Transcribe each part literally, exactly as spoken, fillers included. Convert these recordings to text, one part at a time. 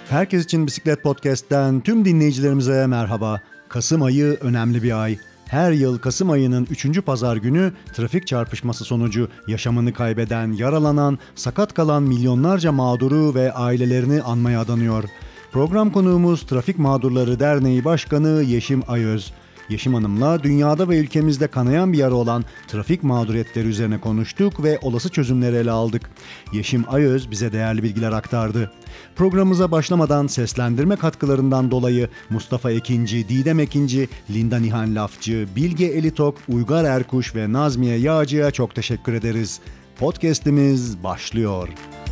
Herkes için Bisiklet Podcast'ten tüm dinleyicilerimize merhaba. Kasım ayı önemli bir ay. Her yıl Kasım ayının üçüncü pazar günü trafik çarpışması sonucu yaşamını kaybeden, yaralanan, sakat kalan milyonlarca mağduru ve ailelerini anmaya adanıyor. Program konuğumuz Trafik Mağdurları Derneği Başkanı Yeşim Ayöz. Yeşim Hanım'la dünyada ve ülkemizde kanayan bir yara olan trafik mağduriyetleri üzerine konuştuk ve olası çözümleri ele aldık. Yeşim Ayöz bize değerli bilgiler aktardı. Programımıza başlamadan seslendirme katkılarından dolayı Mustafa Ekinci, Didem Ekinci, Linda Nihan Lafçı, Bilge Elitok, Uygar Erkuş ve Nazmiye Yağcı'ya çok teşekkür ederiz. Podcast'imiz başlıyor.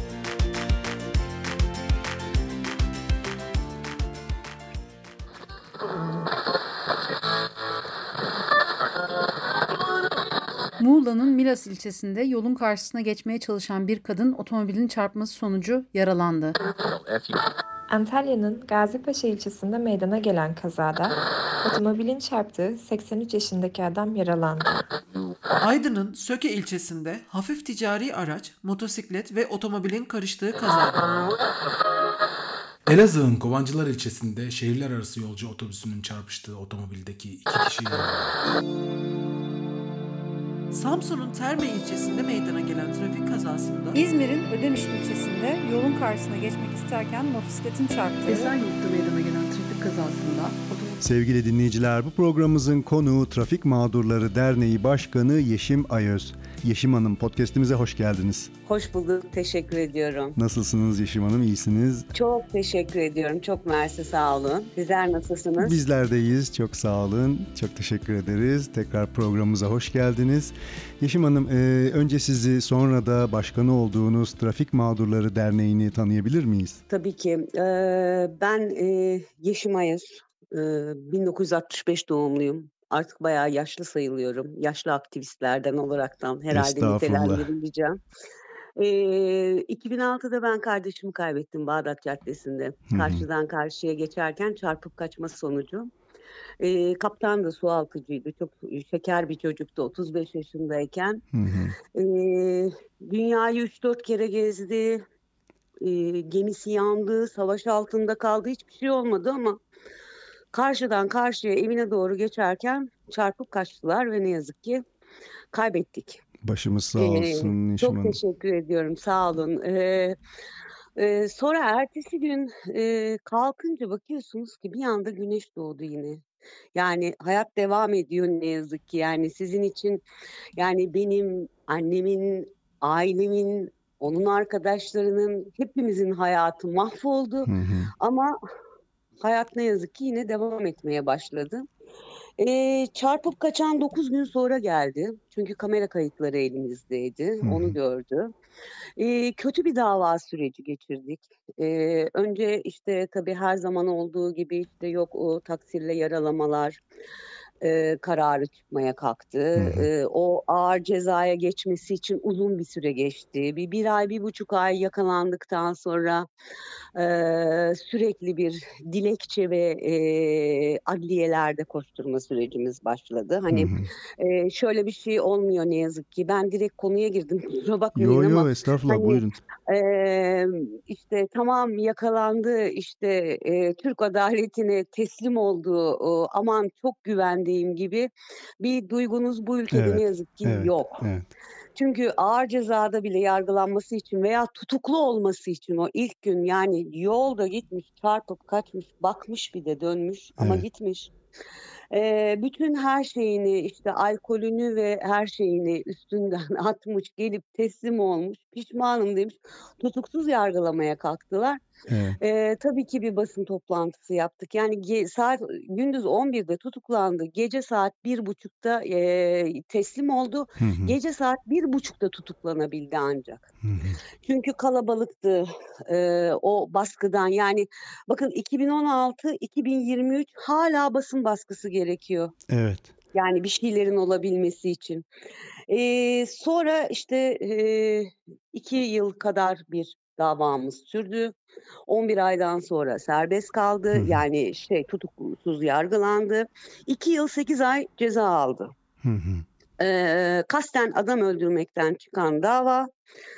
Muğla'nın Milas ilçesinde yolun karşısına geçmeye çalışan bir kadın otomobilin çarpması sonucu yaralandı. Antalya'nın Gazipaşa ilçesinde meydana gelen kazada otomobilin çarptığı seksen üç yaşındaki adam yaralandı. Aydın'ın Söke ilçesinde hafif ticari araç, motosiklet ve otomobilin karıştığı kaza. Elazığ'ın Kovancılar ilçesinde şehirler arası yolcu otobüsünün çarpıştığı otomobildeki iki kişi yaralandı. Samsun'un Terme ilçesinde meydana gelen trafik kazasında İzmir'in Ödemiş ilçesinde yolun karşısına geçmek isterken motosikletin çarptığı Esenyurt'ta meydana gelen trafik kazasında otomobil... Sevgili dinleyiciler, bu programımızın konuğu Trafik Mağdurları Derneği Başkanı Yeşim Ayöz. Yeşim Hanım, podcast'imize hoş geldiniz. Hoş bulduk, teşekkür ediyorum. Nasılsınız Yeşim Hanım, iyisiniz? Çok teşekkür ediyorum, çok mersi, sağ olun. Sizler nasılsınız? Bizler de iyiyiz, çok sağ olun, çok teşekkür ederiz. Tekrar programımıza hoş geldiniz. Yeşim Hanım, e, önce sizi, sonra da başkanı olduğunuz Trafik Mağdurları Derneği'ni tanıyabilir miyiz? Tabii ki. Ee, ben e, Yeşim Ayöz, e, bin dokuz yüz altmış beş doğumluyum. Artık bayağı yaşlı sayılıyorum. Yaşlı aktivistlerden olaraktan herhalde nitelendirileceğim. Ee, iki bin altıda ben kardeşimi kaybettim Bağdat Caddesi'nde. Hı hı. Karşıdan karşıya geçerken çarpıp kaçması sonucu. Ee, kaptan da sualtıcıydı. Çok şeker bir çocuktu otuz beş yaşındayken. Hı hı. Ee, dünyayı üç dört kere gezdi. Ee, gemisi yandı, savaş altında kaldı. Hiçbir şey olmadı ama karşıdan karşıya evine doğru geçerken çarpıp kaçtılar ve ne yazık ki kaybettik. Başımız sağ Ee, olsun Yeşim çok Hanım. teşekkür ediyorum, sağ olun. Ee, e, sonra ertesi gün e, kalkınca bakıyorsunuz ki bir anda güneş doğdu yine. Yani hayat devam ediyor ne yazık ki. Yani sizin için, yani benim, annemin, ailemin, onun arkadaşlarının, hepimizin hayatı mahvoldu. Hı hı. Ama hayat ne yazık ki yine devam etmeye başladı. Ee, çarpıp kaçan dokuz gün sonra geldi. Çünkü kamera kayıtları elimizdeydi. Hı hı. Onu gördü. Ee, kötü bir dava süreci geçirdik. Ee, önce işte tabii her zaman olduğu gibi işte yok o taksirle yaralamalar e, kararı çıkmaya kalktı. Hı hı. Ee, o ağır cezaya geçmesi için uzun bir süre geçti. Bir, bir ay, bir buçuk ay yakalandıktan sonra e, sürekli bir dilekçe ve e, adliyelerde koşturma sürecimiz başladı. Hani Hı hı. e, şöyle bir şey olmuyor ne yazık ki. Ben direkt konuya girdim. Kusura bakmayın Yo yo ama estağfurullah, hani buyurun. e, işte tamam yakalandı, işte e, Türk adaletine teslim oldu, o, aman çok güvendiğim gibi bir duygunuz bu ülkede Evet, ne yazık ki evet, yok. evet. Çünkü ağır cezada bile yargılanması için veya tutuklu olması için o ilk gün, yani yolda gitmiş, çarpıp kaçmış, bakmış, bir de dönmüş ama Evet. gitmiş. Ee, bütün her şeyini, işte alkolünü ve her şeyini üstünden atmış, gelip teslim olmuş, pişmanım demiş, tutuksuz yargılamaya kalktılar. Evet. Ee, tabii ki bir basın toplantısı yaptık. Yani ge- saat gündüz on birde tutuklandı. Gece saat bir buçukta e, teslim oldu. Hı hı. Gece saat bir buçukta tutuklanabildi ancak. Hı hı. Çünkü kalabalıktı e, o baskıdan. Yani bakın iki bin on altı iki bin yirmi üç hala basın baskısı gerekiyor. Evet. Yani bir şeylerin olabilmesi için. Ee, sonra işte e, iki yıl kadar bir davamız sürdü. on bir aydan sonra serbest kaldı. Hı hı. Yani şey tutuksuz yargılandı. iki yıl sekiz ay ceza aldı. Hı hı. Ee, kasten adam öldürmekten çıkan dava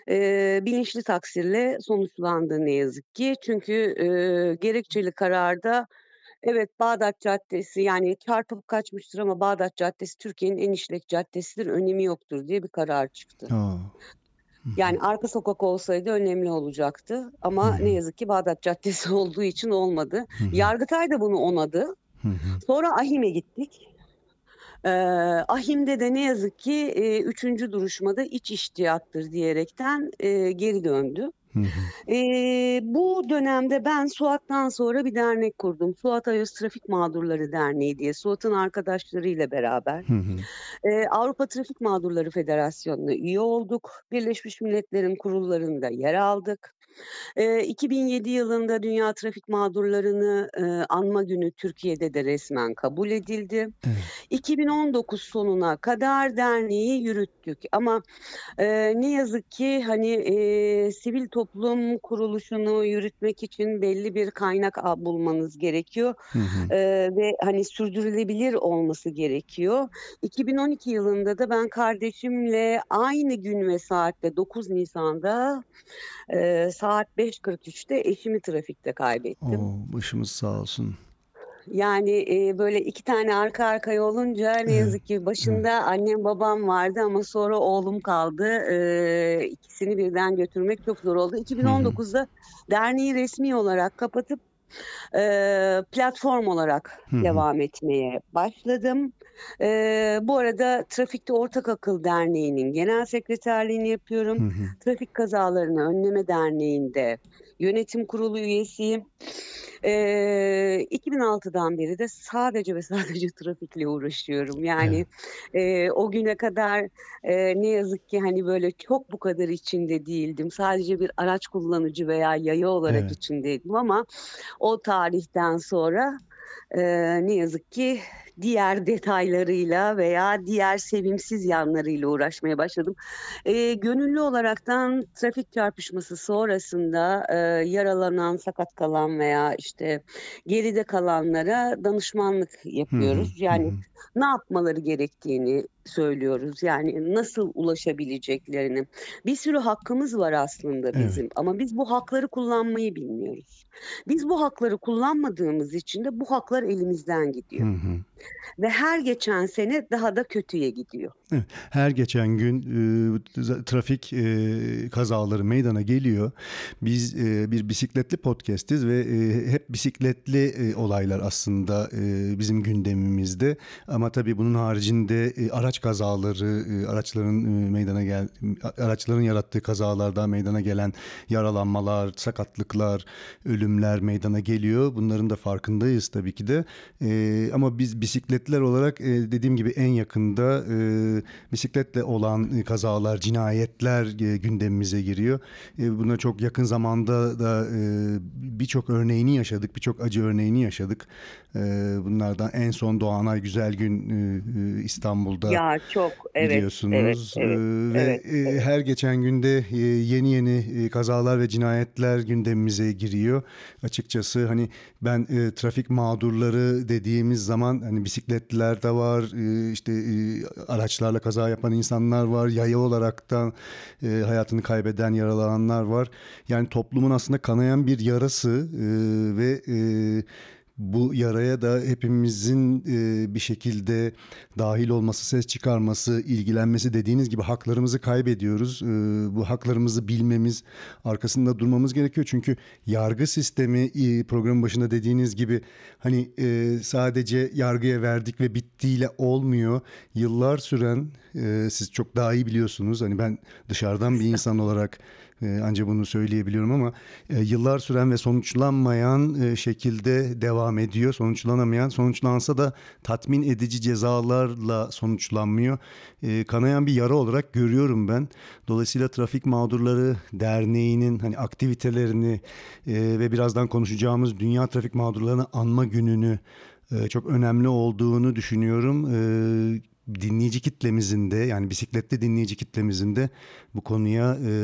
Eee, bilinçli taksirle sonuçlandı ne yazık ki. Çünkü, eee, gerekçeli kararda evet, Bağdat Caddesi, yani çarpıp kaçmıştır ama Bağdat Caddesi Türkiye'nin en işlek caddesidir, önemi yoktur diye bir karar çıktı. A! Hı hı. Yani arka sokak olsaydı önemli olacaktı Hı ama ne hı. yazık ki Bağdat Caddesi olduğu için olmadı. Hı hı. Yargıtay da bunu onadı. Hı hı. Sonra AİHM'e gittik. Eee, AİHM'de de ne yazık ki, eee, üçüncü duruşmada iç iştiyattır diyerekten, eee, geri döndü. Hı hı. Eee, bu dönemde ben SUAT'tan sonra bir dernek kurdum. Suat Ayöz Trafik Mağdurları Derneği diye. Suat'ın arkadaşlarıyla beraber. Hı hı. Eee, Avrupa Trafik Mağdurları Federasyonu'na üye olduk. Birleşmiş Milletler'in kurullarında yer aldık. Eee, iki bin yedi yılında Dünya Trafik Mağdurlarını eee, Anma Günü Türkiye'de de resmen kabul edildi. Evet. iki bin on dokuz sonuna kadar derneği yürüttük ama eee, ne yazık ki hani eee, sivil toplum kuruluşunu yürütmek için belli bir kaynak a- bulmanız gerekiyor. Hı hı. Eee, ve hani sürdürülebilir olması gerekiyor. iki bin on iki yılında da ben kardeşimle aynı gün ve saatte dokuz Nisan'da eee, saat beş kırk üçte eşimi trafikte kaybettim. O! Başımız sağ olsun. Yani, eee, böyle iki tane arka arkaya olunca ne Evet, yazık ki evet. başında annem babam vardı ama sonra oğlum kaldı. Eee, ikisini birden götürmek çok zor oldu. Hı hı. iki bin on dokuzda derneği resmi olarak kapatıp eee, platform olarak Hı hı. devam etmeye başladım. Eee, bu arada Trafikte Ortak Akıl Derneği'nin genel sekreterliğini Hı yapıyorum. hı. Trafik Kazalarını Önleme Derneği'nde yönetim kurulu üyesiyim. Eee, iki bin altıdan beri de sadece ve sadece trafikle uğraşıyorum. Evet. Yani, eee, o güne kadar, eee, ne yazık ki, hani, böyle çok bu kadar içinde değildim. Sadece bir araç kullanıcı veya yaya olarak Evet. içindeydim ama o tarihten sonra, eee, ne yazık ki diğer detaylarıyla veya diğer sevimsiz yanlarıyla uğraşmaya başladım. Eee, gönüllü olaraktan trafik çarpışması sonrasında, eee, yaralanan, sakat kalan veya, işte, geride kalanlara danışmanlık Hı hı. yapıyoruz. Hı Yani hı. ne yapmaları gerektiğini söylüyoruz. Yani nasıl ulaşabileceklerini. Bir sürü hakkımız var aslında Evet. bizim ama biz bu hakları kullanmayı bilmiyoruz. Biz bu hakları kullanmadığımız için de bu haklar elimizden Hı gidiyor hı. ve her geçen sene daha da kötüye gidiyor. Evet, her geçen gün e, za- trafik e, kazaları meydana geliyor. Biz e, bir bisikletli podcastiz ve e, hep bisikletli e, olaylar aslında e, bizim gündemimizde. Ama tabii bunun haricinde e, araç kazaları, e, araçların e, meydana gel araçların yarattığı kazalarda meydana gelen yaralanmalar, sakatlıklar, ölümler meydana geliyor. Bunların da farkındayız tabii ki de. E, ama biz bisikletler olarak e, dediğim gibi en yakında e, bisikletle olan e, kazalar, cinayetler e, gündemimize giriyor. E, Buna çok yakın zamanda da e, birçok örneğini yaşadık, birçok acı örneğini yaşadık. E, Bunlardan en son Doğanay Güzelgün e, e, İstanbul'da Ya çok, evet, evet, biliyorsunuz. Ee, evet, ve evet, e, evet. her geçen günde e, yeni yeni e, kazalar ve cinayetler gündemimize giriyor. Açıkçası hani ben e, trafik mağdurları dediğimiz zaman hani bisikletliler de var, e, işte e, araçlarla kaza yapan insanlar var, yaya olaraktan e, hayatını kaybeden, yaralananlar var. Yani toplumun aslında kanayan bir yarası e, ve e, bu yaraya da hepimizin e, bir şekilde dahil olması, ses çıkarması, ilgilenmesi, dediğiniz gibi haklarımızı kaybediyoruz. E, bu haklarımızı bilmemiz, arkasında durmamız gerekiyor. Çünkü yargı sistemi e, programın başında dediğiniz gibi hani e, sadece yargıya verdik ve bittiğiyle olmuyor. Yıllar süren, e, siz çok daha iyi biliyorsunuz. Hani ben dışarıdan bir insan olarak e, ancak bunu söyleyebiliyorum ama e, yıllar süren ve sonuçlanmayan e, şekilde devam ediyor. Sonuçlanamayan, sonuçlansa da tatmin edici cezalarla sonuçlanmıyor. E, kanayan bir yara olarak görüyorum ben. Dolayısıyla Trafik Mağdurları Derneği'nin hani aktivitelerini e, ve birazdan konuşacağımız Dünya Trafik Mağdurlarını Anma Günü'nü e, çok önemli olduğunu düşünüyorum. E, dinleyici kitlemizin de, yani bisikletli dinleyici kitlemizin de bu konuya e,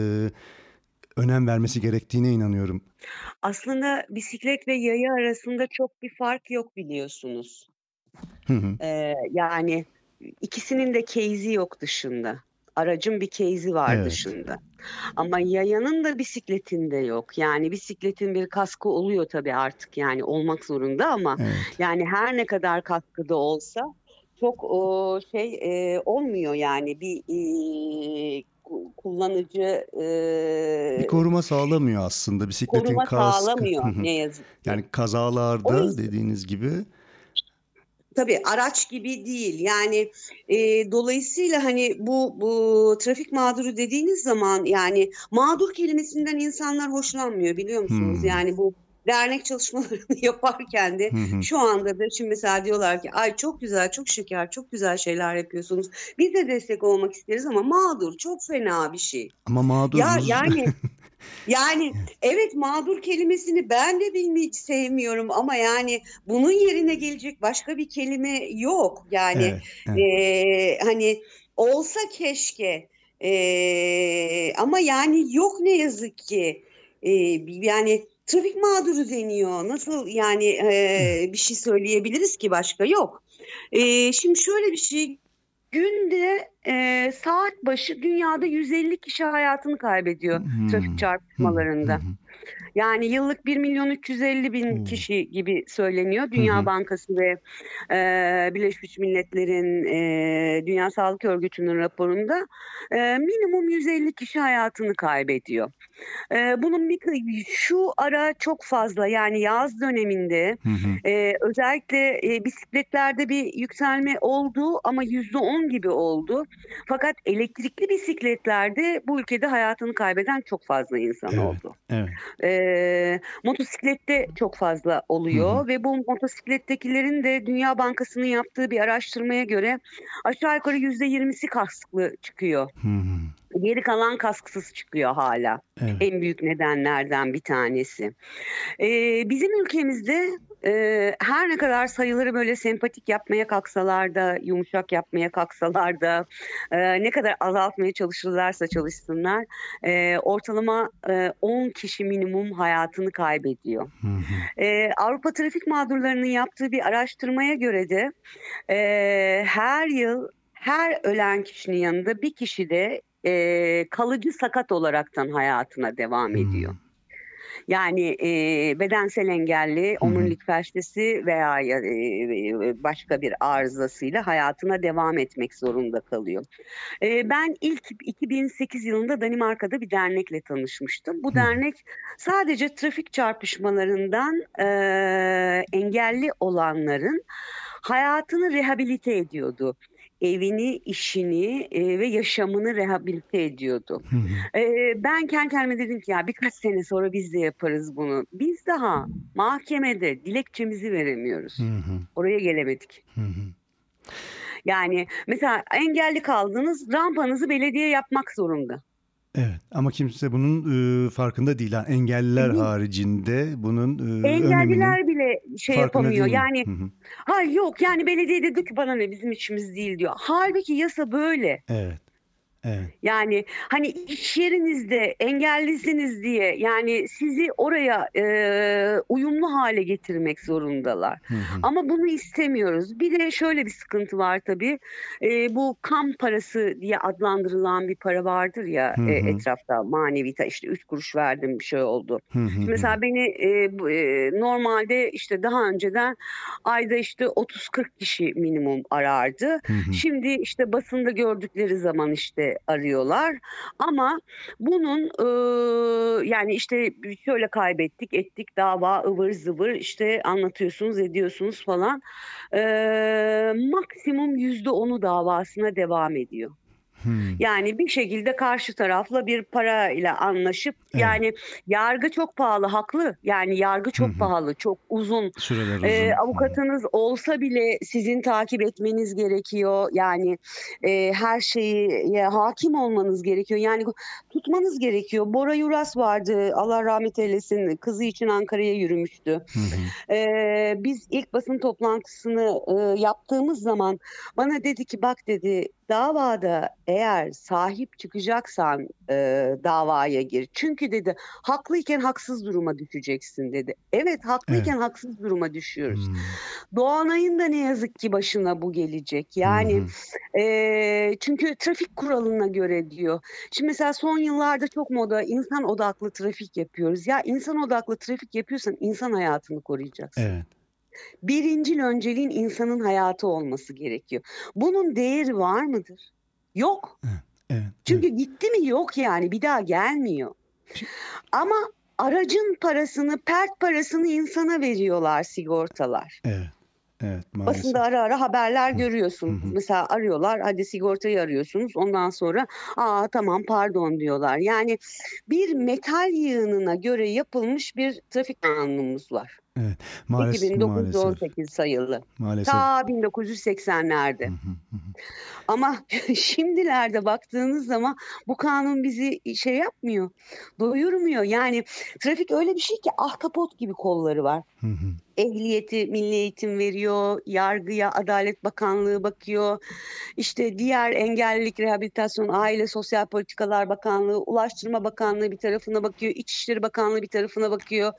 önem vermesi gerektiğine inanıyorum. Aslında bisiklet ve yaya arasında çok bir fark yok biliyorsunuz. Hı hı. Eee, yani ikisinin de case'i yok dışında. aracın bir case'i var Evet. dışında. Ama yayanın da bisikletinde yok. Yani bisikletin bir kaskı oluyor tabii artık, yani olmak zorunda ama Evet. yani her ne kadar kaskı da olsa çok o şey e, olmuyor yani bir e, ku- kullanıcı Bir e, koruma sağlamıyor aslında bisikletin koruma kaskı. sağlamıyor ne yazık ki. Yani O kazalarda yüzden dediğiniz gibi. tabii araç gibi değil. Yani e, dolayısıyla hani bu bu trafik mağduru dediğiniz zaman yani mağdur kelimesinden insanlar hoşlanmıyor, biliyor musunuz? Hmm. Yani bu dernek çalışmalarını yaparken de Hı hı. şu anda da şimdi mesela diyorlar ki ay çok güzel, çok şeker, çok güzel şeyler yapıyorsunuz. Biz de destek olmak isteriz ama mağdur çok fena bir şey. Ama Ya mağduruz. yani yani evet, mağdur kelimesini ben de bilmeyi hiç sevmiyorum ama yani bunun yerine gelecek başka bir kelime yok. Yani Evet, evet. eee, hani olsa keşke. Eee, ama yani yok ne yazık ki. Eee, yani trafik mağduru deniyor. Nasıl yani eee, bir şey söyleyebiliriz ki başka? Yok. Eee, şimdi şöyle bir şey. Günde e, saat başı dünyada yüz elli kişi hayatını kaybediyor trafik Hmm. Hı hı, hı çarpışmalarında. hı. Yani yıllık bir milyon üç yüz elli bin Oo. kişi gibi söyleniyor. Hı Dünya hı. Bankası ve e, Birleşmiş Milletler'in e, Dünya Sağlık Örgütü'nün raporunda e, minimum yüz elli kişi hayatını kaybediyor. E, bunun bir şu ara çok fazla, yani yaz döneminde Hı hı. e, özellikle e, bisikletlerde bir yükselme oldu ama yüzde on gibi oldu. Fakat elektrikli bisikletlerde bu ülkede hayatını kaybeden çok fazla insan Evet, oldu. evet. E, motosiklette çok fazla Hı hı. oluyor ve bu motosiklettekilerin de Dünya Bankası'nın yaptığı bir araştırmaya göre aşağı yukarı yüzde yirmisi kasklı çıkıyor. Hı hı. Geri kalan kasksız çıkıyor hala. Evet. En büyük nedenlerden bir tanesi. Ee, bizim ülkemizde e, her ne kadar sayıları böyle sempatik yapmaya kalksalar da, yumuşak yapmaya kalksalar da, e, ne kadar azaltmaya çalışırlarsa çalışsınlar, e, ortalama e, on kişi minimum hayatını kaybediyor. Hı hı. E, Avrupa Trafik Mağdurları'nın yaptığı bir araştırmaya göre de e, her yıl her ölen kişinin yanında bir kişi de e, kalıcı sakat olaraktan hayatına devam Hı. ediyor. Yani e, bedensel engelli, Hı hı. omurilik felçlisi veya e, başka bir arızasıyla hayatına devam etmek zorunda kalıyor. E, ben ilk iki bin sekiz yılında Danimarka'da bir dernekle tanışmıştım. Bu Hı hı. dernek sadece trafik çarpışmalarından e, engelli olanların hayatını rehabilite ediyordu. Evini, işini e, ve yaşamını rehabilite ediyordu. Hı hı. E, ben kendi kendime dedim ki ya birkaç sene sonra biz de yaparız bunu. Biz daha mahkemede dilekçemizi veremiyoruz. Hı hı. Oraya gelemedik. Hı hı. Yani mesela engelli kaldınız, rampanızı belediye yapmak zorunda. Evet ama kimse bunun e, farkında değil. Yani engelliler Değil. haricinde bunun e, öneminin Engelliler bile şey farkında yapamıyor. değil mi? Yani Hı hı. ha yok yani belediye dedi ki bana ne, bizim işimiz değil diyor. Halbuki yasa böyle. Evet, evet. Yani hani iş yerinizde engellisiniz diye yani sizi oraya e, uyumlu hale getirmek zorundalar. Hı hı. Ama bunu istemiyoruz. Bir de şöyle bir sıkıntı var tabii. E, bu kam parası diye adlandırılan bir para vardır ya Hı e, hı. etrafta, manevi ta- işte üç kuruş verdim bir şey oldu. Hı hı. Şimdi Hı hı. mesela beni e, bu, e, normalde işte daha önceden ayda işte otuz kırk kişi minimum arardı. Hı hı. Şimdi işte basında gördükleri zaman işte arıyorlar. Ama bunun e, yani işte şöyle kaybettik, ettik, dava ıvır zıvır işte anlatıyorsunuz, ediyorsunuz falan. E, maksimum yüzde onu davasına devam ediyor. Hı. Yani bir şekilde karşı tarafla bir parayla anlaşıp Evet. yani yargı çok pahalı, haklı. Yani yargı Hı çok hı. pahalı, çok uzun. Süreler uzun. Ee, Hı hı. avukatınız olsa bile sizin takip etmeniz gerekiyor. Yani e, her şeye hakim olmanız gerekiyor. Yani tutmanız gerekiyor. Bora Yuras vardı, Allah rahmet eylesin. Kızı için Ankara'ya yürümüştü. Hı hı. Ee, biz ilk basın toplantısını e, yaptığımız zaman bana dedi ki bak dedi, davada eğer sahip çıkacaksan e, davaya gir. Çünkü dedi haklıyken haksız duruma düşeceksin dedi. Evet, haklıyken Evet. haksız duruma düşüyoruz. Hmm. Doğanay'ın da ne yazık ki başına bu gelecek. Hı Yani hı. e, çünkü trafik kuralına göre diyor. Şimdi mesela son yıllarda çok moda insan odaklı trafik yapıyoruz. Ya insan odaklı trafik yapıyorsan insan hayatını koruyacaksın. Evet. Birincil önceliğin insanın hayatı olması gerekiyor. Bunun değeri var mıdır? Yok. Evet. Evet. Çünkü gitti mi yok yani bir daha gelmiyor. Şi- Ama aracın parasını, pert parasını insana veriyorlar sigortalar. Evet. Evet. Basında Maalesef. ara ara haberler Hı. Hı görüyorsunuz. hı. Mesela arıyorlar, hadi sigortayı arıyorsunuz. Ondan sonra aa tamam pardon diyorlar. Yani bir metal yığınına göre yapılmış bir trafik kanunumuz var. Evet. Maalesef. Maalesef. iki bin dokuz yüz on sekiz sayılı. Maalesef. Ta bin dokuz yüz seksenlerde. Hı hı. Hı hı. Ama şimdilerde baktığınız zaman bu kanun bizi şey yapmıyor, doyurmuyor. Yani trafik öyle bir şey ki ahtapot gibi kolları var. Hı hı. Ehliyeti Milli Eğitim veriyor, yargıya Adalet Bakanlığı bakıyor, işte diğer engellilik, rehabilitasyon, aile sosyal politikalar bakanlığı, Ulaştırma Bakanlığı bir tarafına bakıyor, İçişleri Bakanlığı bir tarafına bakıyor.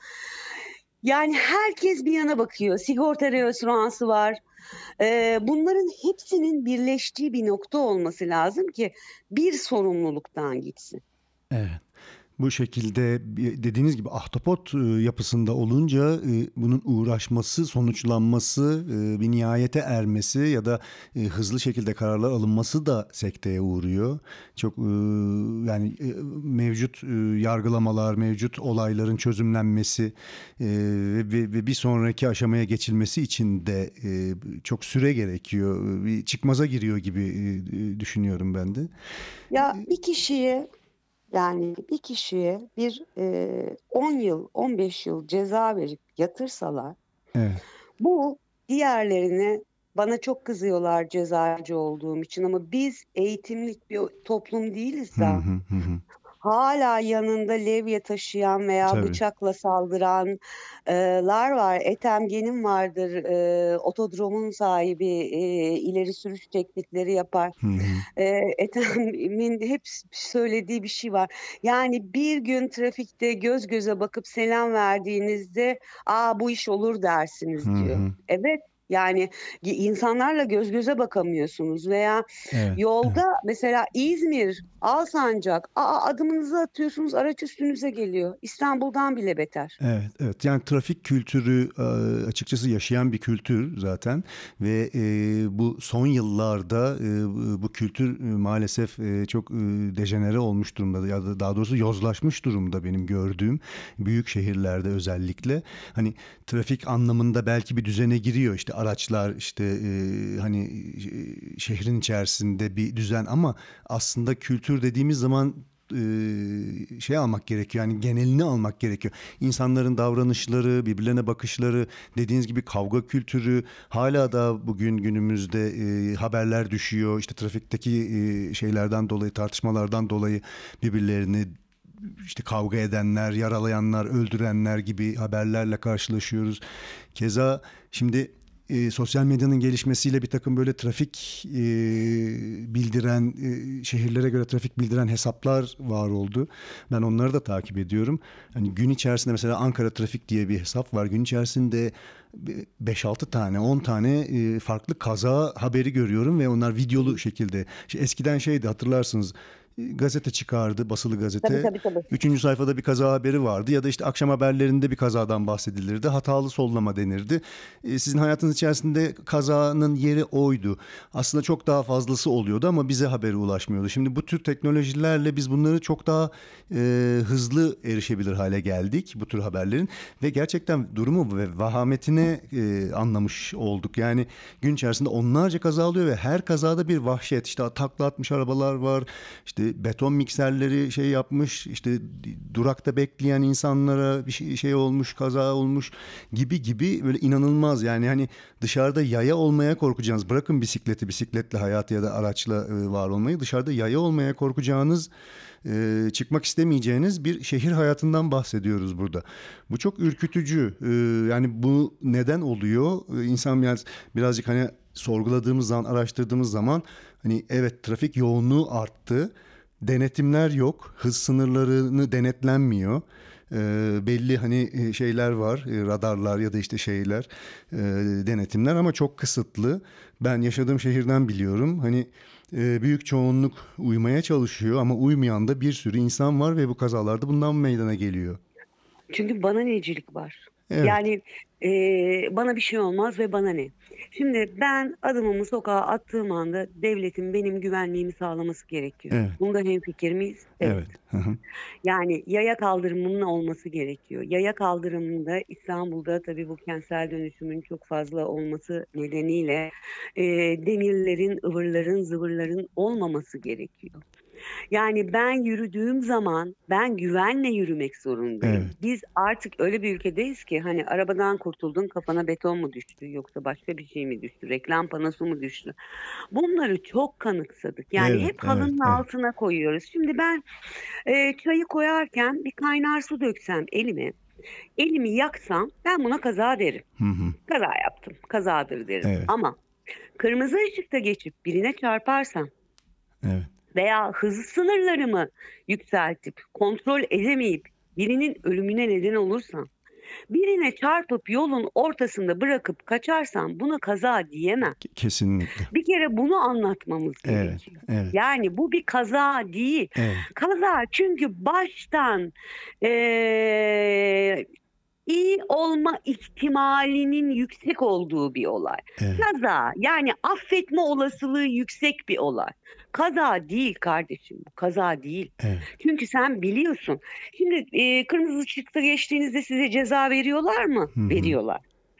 Yani herkes bir yana bakıyor. Sigorta restoransı var. Ee, bunların hepsinin birleştiği bir nokta olması lazım ki bir sorumluluktan gitsin. Evet. Bu şekilde bir- dediğiniz gibi ahtapot e, yapısında olunca e, bunun uğraşması, sonuçlanması, e, bir nihayete ermesi ya da e, hızlı şekilde kararlar alınması da sekteye uğruyor. Çok e, yani e, mevcut e, yargılamalar, mevcut olayların çözümlenmesi e, ve, ve bir sonraki aşamaya geçilmesi için de e, çok süre gerekiyor. Bir çıkmaza giriyor gibi e, düşünüyorum ben de. Ya bir kişiye yani bir kişiye bir e, on yıl, on beş yıl ceza verip yatırsalar Evet. bu diğerlerine bana çok kızıyorlar cezacı olduğum için ama biz eğitimlik bir toplum değiliz Hı daha. hı hı. Hı. Hala yanında levye taşıyan veya Tabii. bıçakla saldıranlar var. Ethem Genim vardır, e, otodromun sahibi, e, ileri sürüş teknikleri yapar. Hı hı. E, Ethem'in hep söylediği bir şey var. Yani bir gün trafikte göz göze bakıp selam verdiğinizde, aa bu iş olur Hı dersiniz diyor. hı. Evet. Yani insanlarla göz göze bakamıyorsunuz veya Evet. Evet. yolda mesela İzmir, Alsancak, aa adımınızı atıyorsunuz araç üstünüze geliyor. İstanbul'dan bile beter. Evet, evet. Yani trafik kültürü e, açıkçası yaşayan bir kültür zaten ve e, bu son yıllarda e, bu kültür e, maalesef e, çok e, dejenere olmuş durumda ya da daha doğrusu yozlaşmış durumda benim gördüğüm büyük şehirlerde özellikle. Hani trafik anlamında belki bir düzene giriyor işte araçlar işte e, hani e, şehrin içerisinde bir düzen ama aslında kültür dediğimiz zaman e, şey almak gerekiyor yani genelini almak gerekiyor. İnsanların davranışları, birbirlerine bakışları, dediğiniz gibi kavga kültürü hala da bugün günümüzde e, haberler düşüyor. İşte trafikteki e, şeylerden dolayı, tartışmalardan dolayı birbirlerini işte kavga edenler, yaralayanlar, öldürenler gibi haberlerle karşılaşıyoruz. Keza şimdi e, sosyal medyanın gelişmesiyle bir takım böyle trafik e, bildiren, e, şehirlere göre trafik bildiren hesaplar var oldu. Ben onları da takip ediyorum. Hani gün içerisinde mesela Ankara Trafik diye bir hesap var. Gün içerisinde beş altı tane, on tane e, farklı kaza haberi görüyorum ve onlar videolu şekilde. İşte eskiden şeydi hatırlarsınız. Gazete çıkardı, basılı gazete. Tabii tabii tabii. Üçüncü sayfada bir kaza haberi vardı ya da işte akşam haberlerinde bir kazadan bahsedilirdi. Hatalı sollama denirdi. E, sizin hayatınız içerisinde kazanın yeri oydu. Aslında çok daha fazlası oluyordu ama bize haberi ulaşmıyordu. Şimdi bu tür teknolojilerle biz bunları çok daha e, hızlı erişebilir hale geldik bu tür haberlerin ve gerçekten durumu ve vahametine e, anlamış olduk. Yani gün içerisinde onlarca kaza oluyor ve her kazada bir vahşet. İşte takla atmış arabalar var. İşte beton mikserleri şey yapmış, işte durakta bekleyen insanlara bir şey, şey olmuş, kaza olmuş gibi gibi böyle inanılmaz. Yani hani dışarıda yaya olmaya korkacağınız, bırakın bisikleti, bisikletle hayatı ya da araçla e, var olmayı, dışarıda yaya olmaya korkacağınız, e, çıkmak istemeyeceğiniz bir şehir hayatından bahsediyoruz burada. Bu çok ürkütücü. E, yani bu neden oluyor? E, insan biraz birazcık hani sorguladığımız zaman, araştırdığımız zaman Hani evet, trafik yoğunluğu arttı. Denetimler yok. Hız sınırlarını denetlenmiyor. Ee, belli hani e, şeyler var, e, radarlar ya da işte şeyler, e, denetimler ama çok kısıtlı. Ben yaşadığım şehirden biliyorum. Hani e, büyük çoğunluk uymaya çalışıyor ama uymayan da bir sürü insan var ve bu kazalarda bundan meydana geliyor. Çünkü bana necilik var. Evet. Yani eee, bana bir şey olmaz ve bana ne? Şimdi ben adımımı sokağa attığım anda devletin benim güvenliğimi sağlaması gerekiyor. Evet. Bunda hemfikir miyiz? Evet. Evet. Hı hı. Yani yaya kaldırımının olması gerekiyor. Yaya kaldırımında İstanbul'da tabii bu kentsel dönüşümün çok fazla olması nedeniyle eee, demirlerin, ıvırların, zıvırların olmaması gerekiyor. Yani ben yürüdüğüm zaman ben güvenle yürümek zorundayım. Evet. Biz artık öyle bir ülkedeyiz ki hani arabadan kurtuldun, kafana beton mu düştü yoksa başka bir şey mi düştü, reklam panosu mu düştü? Bunları çok kanıksadık. Yani Evet, hep evet, halının evet. altına koyuyoruz. Şimdi ben e, çayı koyarken bir kaynar su döksem elime, elimi yaksam ben buna kaza derim. Hı hı. Kaza yaptım, kazadır derim. Evet. Ama kırmızı ışıkta geçip birine çarparsam Evet. veya hız sınırlarımı yükseltip kontrol edemeyip birinin ölümüne neden olursam, birine çarpıp yolun ortasında bırakıp kaçarsam buna kaza diyemem. Ke- Kesinlikle. Bir kere bunu anlatmamız Evet. gerekiyor. Evet. Yani bu bir kaza değil. Evet. Kaza çünkü baştan eee, iyi olma ihtimalinin yüksek olduğu bir olay. Evet. Kaza yani affetme olasılığı yüksek bir olay. Kaza değil kardeşim, bu kaza değil. Evet. Çünkü sen biliyorsun. Şimdi e, kırmızı ışıkta geçtiğinizde size ceza veriyorlar mı? Hı hı. Veriyorlar.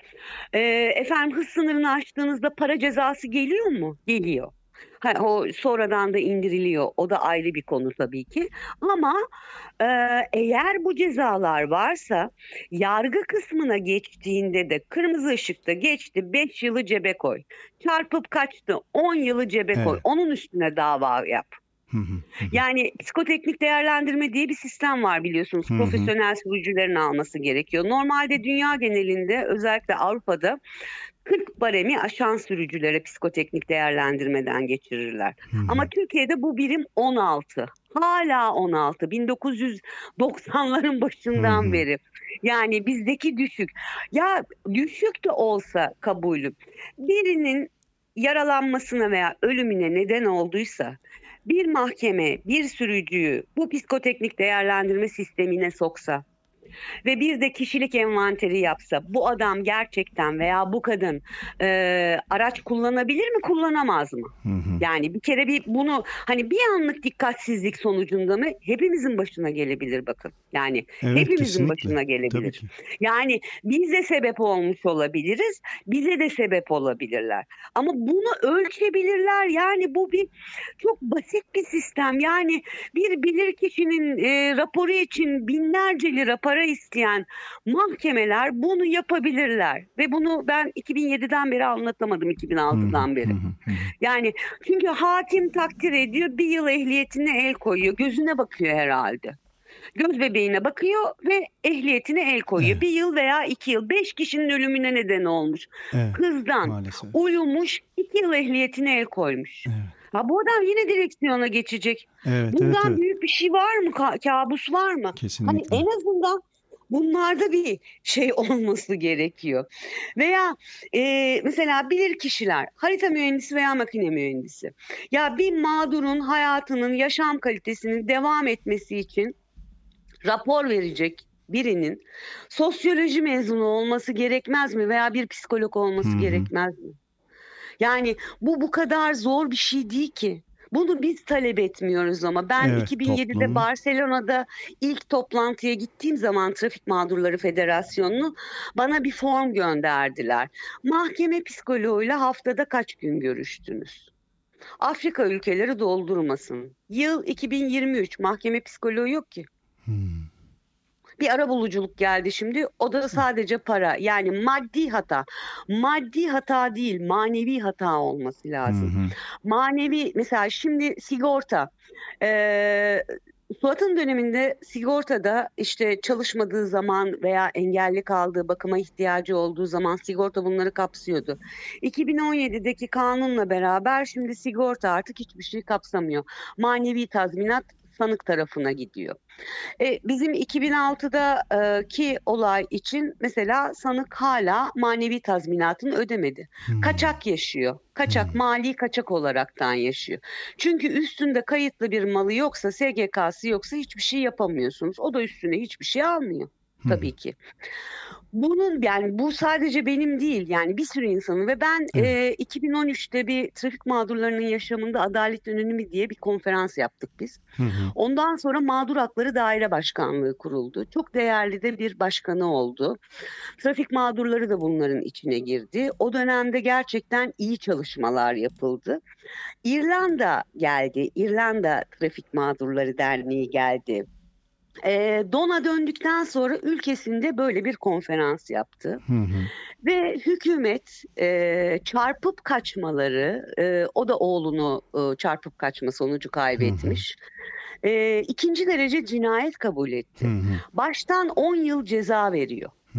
E, efendim hız sınırını aştığınızda para cezası geliyor mu? Geliyor. Ha, o sonradan da indiriliyor. O da ayrı bir konu tabii ki. Ama e, eğer bu cezalar varsa yargı kısmına geçtiğinde de kırmızı ışıkta geçti beş yılı cebe koy. Çarpıp kaçtı on yılı cebe koy. Evet. Onun üstüne dava yap. Hı hı. Hı hı. Yani psikoteknik değerlendirme diye bir sistem var biliyorsunuz. Hı hı. Profesyonel sürücülerin alması gerekiyor. Normalde dünya genelinde özellikle Avrupa'da kırk baremi aşan sürücülere psikoteknik değerlendirmeden geçirirler. Hı hı. Ama Türkiye'de bu birim on altı. Hala on altı. bin dokuz yüz doksanların Hı başından hı. beri. Yani bizdeki düşük. Ya düşük de olsa kabulüm. Birinin yaralanmasına veya ölümüne neden olduysa bir mahkeme bir sürücüyü bu psikoteknik değerlendirme sistemine soksa ve bir de kişilik envanteri yapsa bu adam gerçekten veya bu kadın e, araç kullanabilir mi kullanamaz mı? Hı hı. Yani bir kere bir bunu hani bir anlık dikkatsizlik sonucunda mı hepimizin başına gelebilir bakın. Yani Evet, hepimizin kesinlikle. başına Tabii gelebilir. ki. Yani biz de sebep olmuş olabiliriz, bize de sebep olabilirler. Ama bunu ölçebilirler. Yani bu bir çok basit bir sistem. Yani bir bilirkişinin e, raporu için binlerce lira para isteyen mahkemeler bunu yapabilirler. Ve bunu ben iki bin yediden beri anlatamadım, Hı hı. iki bin altıdan Hı beri. hı. Hı hı. Yani çünkü hakim takdir ediyor, bir yıl ehliyetine el koyuyor, gözüne bakıyor herhalde. Göz bebeğine bakıyor ve ehliyetine el koyuyor. Evet. Bir yıl veya iki yıl. Beş kişinin ölümüne neden olmuş. Evet. Kızdan Maalesef. uyumuş, iki yıl ehliyetine el koymuş. Evet. Ha bu adam yine direksiyona geçecek. Evet, evet, Bundan evet. büyük bir şey var mı? Ka- kabus var mı? Hani Kesinlikle. en azından bunlarda bir şey olması gerekiyor. Veya e, mesela bilir kişiler, harita mühendisi veya makine mühendisi. Ya bir mağdurun hayatının, yaşam kalitesinin devam etmesi için rapor verecek birinin sosyoloji mezunu olması gerekmez mi? Veya bir psikolog Hı olması hı. gerekmez mi? Yani bu bu kadar zor bir şey değil ki. Bunu biz talep etmiyoruz ama ben Evet, iki bin yedide toplum. Barcelona'da ilk toplantıya gittiğim zaman Trafik Mağdurları Federasyonu'nu bana bir form gönderdiler. Mahkeme psikoloğuyla haftada kaç gün görüştünüz? Afrika ülkeleri doldurmasın. Yıl iki bin yirmi üç, mahkeme psikoloğu yok ki. Hmm. Bir arabuluculuk geldi şimdi. O da sadece para. Yani maddi hata. Maddi hata değil, manevi hata olması Hı lazım. hı. Manevi mesela şimdi sigorta. Ee, Suat'ın döneminde sigortada işte çalışmadığı zaman veya engelli kaldığı, bakıma ihtiyacı olduğu zaman sigorta bunları kapsıyordu. iki bin on yedideki kanunla beraber şimdi sigorta artık hiçbir şey kapsamıyor. Manevi tazminat sanık tarafına gidiyor. E, bizim iki bin altıdaki olay için mesela sanık hala manevi tazminatını ödemedi. Hmm. Kaçak yaşıyor. Kaçak, Hmm. mali kaçak olaraktan yaşıyor. Çünkü üstünde kayıtlı bir malı yoksa, S G K'sı yoksa hiçbir şey yapamıyorsunuz. O da üstüne hiçbir şey almıyor tabii ki. Bunun yani bu sadece benim değil, yani bir sürü insanın ve ben Evet. e, iki bin on üçte bir trafik mağdurlarının yaşamında adalet önemi diye bir konferans yaptık biz. Hı hı. Ondan sonra Mağdur Hakları Daire Başkanlığı kuruldu. Çok değerli de bir başkanı oldu. Trafik mağdurları da bunların içine girdi. O dönemde gerçekten iyi çalışmalar yapıldı. İrlanda geldi. İrlanda Trafik Mağdurları Derneği geldi. E, Don'a döndükten sonra ülkesinde böyle bir konferans yaptı. Hı hı. Ve hükümet e, çarpıp kaçmaları, e, o da oğlunu e, çarpıp kaçma sonucu kaybetmiş. E, ikinci derece cinayet kabul etti. Hı hı. Baştan on yıl ceza veriyor. Hı.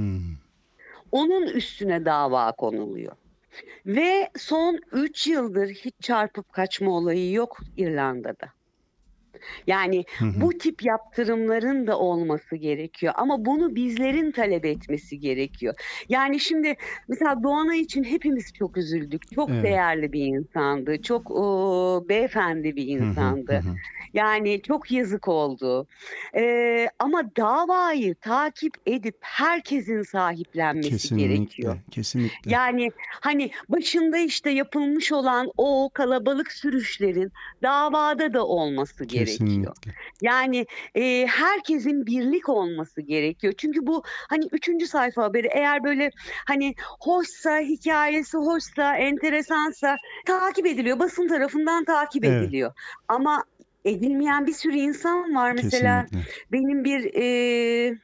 Onun üstüne dava konuluyor. Ve son üç yıldır hiç çarpıp kaçma olayı yok İrlanda'da. Yani Hı hı. bu tip yaptırımların da olması gerekiyor ama bunu bizlerin talep etmesi gerekiyor. Yani şimdi mesela Doğanay için hepimiz çok üzüldük. Çok Evet. değerli bir insandı. Çok o, beyefendi bir Hı hı. Hı insandı. hı. Yani çok yazık oldu. Ee, ama davayı takip edip herkesin sahiplenmesi gerekiyor. Kesinlikle. Kesinlikle. Yani hani başında işte yapılmış olan o kalabalık sürüşlerin davada da olması gerekiyor. Kesinlikle. Yani e, herkesin birlik olması gerekiyor. Çünkü bu hani üçüncü sayfa haberi eğer böyle hani hoşsa, hikayesi hoşsa, enteresansa takip ediliyor. Basın tarafından takip Evet. ediliyor. Ama edilmeyen bir sürü insan var. Mesela Kesinlikle. benim bir e,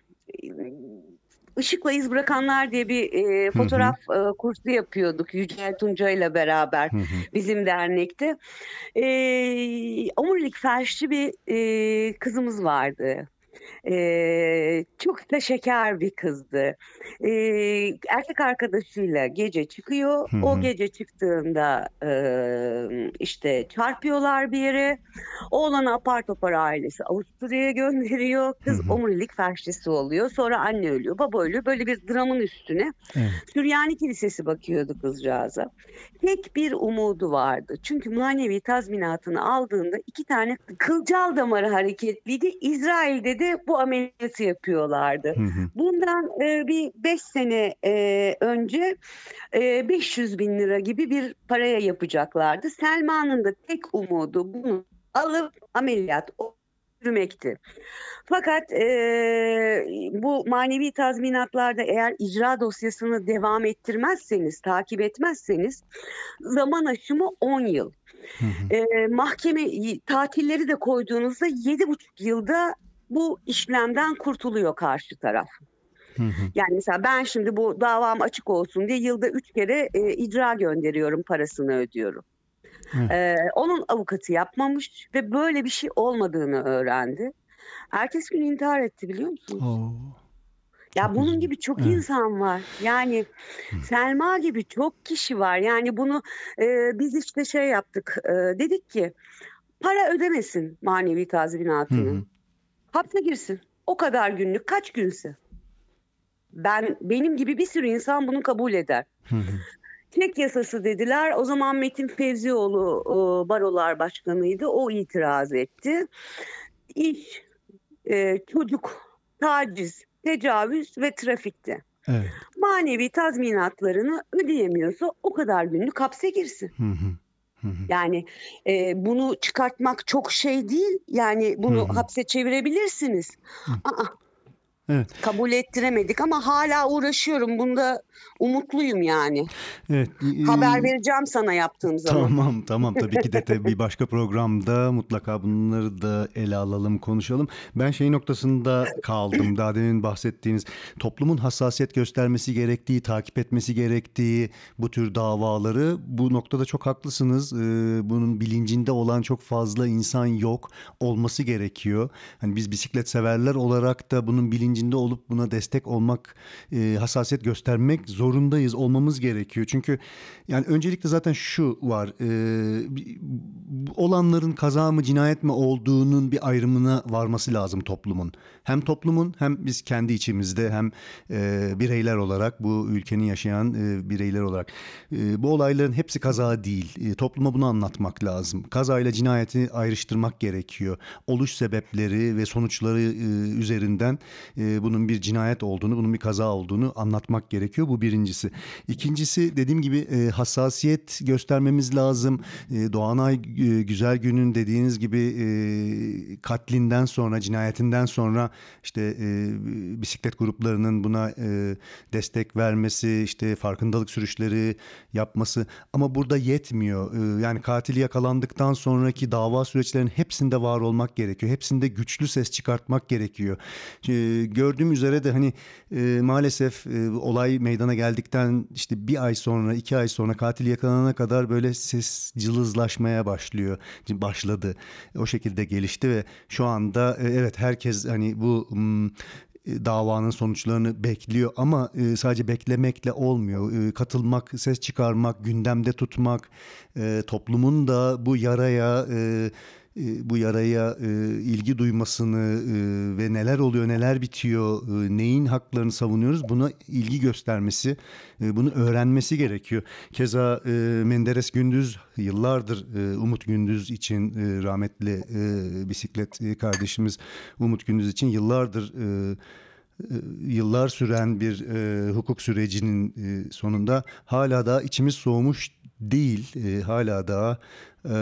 Işıkla İz Bırakanlar diye bir e, Hı hı. fotoğraf e, kursu yapıyorduk Yücel Tunca ile beraber Hı hı. bizim dernekte. E, Omurilik felçli bir e, kızımız vardı. Ee, çok da şeker bir kızdı. Ee, erkek arkadaşıyla gece çıkıyor. Hı O hı. gece çıktığında e, işte çarpıyorlar bir yere. Oğlanı apar topar ailesi Avusturya'ya gönderiyor. Hı Kız hı. omurilik felçlisi oluyor. Sonra anne ölüyor, baba ölüyor. Böyle bir dramın üstüne Evet. Süryani Kilisesi bakıyordu kızcağıza. Tek bir umudu vardı. Çünkü manevi tazminatını aldığında iki tane kılcal damarı hareketliydi. İsrail'de de bu ameliyatı yapıyorlardı. Hı hı. Bundan e, bir beş sene e, önce e, beş yüz bin lira gibi bir paraya yapacaklardı. Selma'nın da tek umudu bunu alıp ameliyat yürümekti. Fakat e, bu manevi tazminatlarda eğer icra dosyasını devam ettirmezseniz, takip etmezseniz zaman aşımı on yıl. Hı hı. E, mahkeme tatilleri de koyduğunuzda yedi buçuk yılda bu işlemden kurtuluyor karşı taraf. Hı hı. Yani mesela ben şimdi bu davam açık olsun diye yılda üç kere e, icra gönderiyorum, parasını ödüyorum. Evet. E, onun avukatı yapmamış ve böyle bir şey olmadığını öğrendi. Ertesi gün intihar etti, biliyor musunuz? Oo. Ya Çok bunun üzücü. gibi çok Evet. insan var. Yani Selma gibi çok kişi var. Yani bunu e, biz işte şey yaptık. E, dedik ki para ödemesin manevi Hı tazminatını. hı. Hapse girsin. O kadar günlük, kaç günse. Ben benim gibi bir sürü insan bunu kabul eder. Hı hı. Çek yasası dediler. O zaman Metin Fevzioğlu e, Barolar Başkanı'ydı. O itiraz etti. İş, e, çocuk, taciz, tecavüz ve trafikti. Evet. Manevi tazminatlarını ödeyemiyorsa o kadar günlük hapse girsin. Hı hı. Hı hı. Yani e, bunu çıkartmak çok şey değil. Yani bunu Hı hı. hapse çevirebilirsiniz. Aa, Evet. Kabul ettiremedik ama hala uğraşıyorum. Bunda umutluyum yani. Evet. Haber Ee, vereceğim sana yaptığım zaman. Tamam tamam, tabii ki de tabii bir başka programda mutlaka bunları da ele alalım, konuşalım. Ben şey noktasında kaldım, daha demin bahsettiğiniz toplumun hassasiyet göstermesi gerektiği, takip etmesi gerektiği bu tür davaları, bu noktada çok haklısınız. Ee, bunun bilincinde olan çok fazla insan yok, olması gerekiyor. Hani biz bisiklet severler olarak da bunun bilincinde olup buna destek olmak, e, hassasiyet göstermek zorundayız, olmamız gerekiyor. Çünkü yani öncelikle zaten şu var, e, olanların kaza mı cinayet mi olduğunun bir ayrımına varması lazım toplumun. Hem toplumun hem biz kendi içimizde, hem e, bireyler olarak, bu ülkenin yaşayan e, bireyler olarak. E, bu olayların hepsi kaza değil. E, topluma bunu anlatmak lazım. Kazayla cinayeti ayrıştırmak gerekiyor. Oluş sebepleri ve sonuçları e, üzerinden e, bunun bir cinayet olduğunu, bunun bir kaza olduğunu anlatmak gerekiyor. Bu birincisi. İkincisi, dediğim gibi e, hassasiyet göstermemiz lazım. E, Doğanay e, Güzel Gün'ün dediğiniz gibi e, katlinden sonra, cinayetinden sonra işte e, bisiklet gruplarının buna e, destek vermesi, işte farkındalık sürüşleri yapması, ama burada yetmiyor. E, yani katili yakalandıktan sonraki dava süreçlerinin hepsinde var olmak gerekiyor. Hepsinde güçlü ses çıkartmak gerekiyor. E, gördüğüm üzere de hani e, maalesef e, olay meydana geldikten işte bir ay sonra, iki ay sonra katil yakalanana kadar böyle ses cılızlaşmaya başlıyor. Başladı. O şekilde gelişti ve şu anda e, evet, herkes hani bu m, e, davanın sonuçlarını bekliyor, ama e, sadece beklemekle olmuyor. E, katılmak, ses çıkarmak, gündemde tutmak, e, toplumun da bu yaraya e, e, bu yaraya e, ilgi duymasını e, ve neler oluyor, neler bitiyor, e, neyin haklarını savunuyoruz, buna ilgi göstermesi, e, bunu öğrenmesi gerekiyor. Keza e, Menderes Gündüz yıllardır, e, Umut Gündüz için, e, rahmetli e, bisiklet e, kardeşimiz Umut Gündüz için yıllardır e, e, yıllar süren bir e, hukuk sürecinin e, sonunda hala da içimiz soğumuş değil. E, hala da e,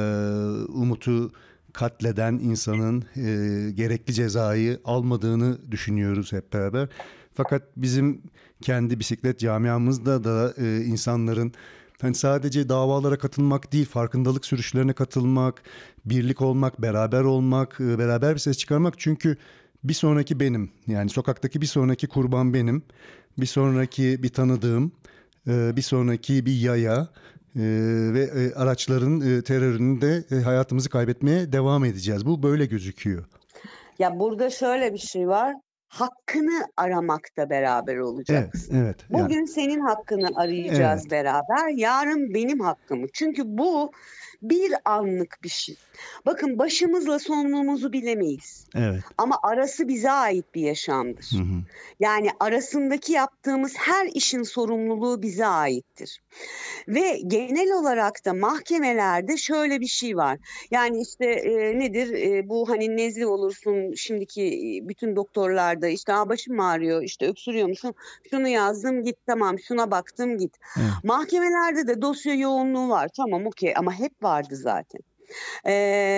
Umut'u katleden insanın e, gerekli cezayı almadığını düşünüyoruz hep beraber. Fakat bizim kendi bisiklet camiamızda da e, insanların hani sadece davalara katılmak değil, farkındalık sürüşlerine katılmak, birlik olmak, beraber olmak, e, beraber bir ses çıkarmak. Çünkü bir sonraki benim, yani sokaktaki bir sonraki kurban benim, bir sonraki bir tanıdığım, e, bir sonraki bir yaya. Ee, ve e, araçların e, teröründe e, hayatımızı kaybetmeye devam edeceğiz. Bu böyle gözüküyor. Ya burada şöyle bir şey var. Hakkını aramakta beraber Evet, olacaksın. evet. Yani, Bugün senin hakkını arayacağız evet. beraber. Yarın benim hakkımı. Çünkü bu bir anlık bir şey. Bakın, başımızla sonumuzu bilemeyiz. Evet. Ama arası bize ait bir yaşamdır. Hı hı. Yani arasındaki yaptığımız her işin sorumluluğu bize aittir. Ve genel olarak da mahkemelerde şöyle bir şey var. Yani işte e, nedir e, bu, hani nezle olursun, şimdiki e, bütün doktorlarda işte "Aa, başım ağrıyor, işte öksürüyor musun? Şunu yazdım git, tamam, şuna baktım git." Evet. Mahkemelerde de dosya yoğunluğu var, tamam, okey, ama hep vardı zaten. Ee,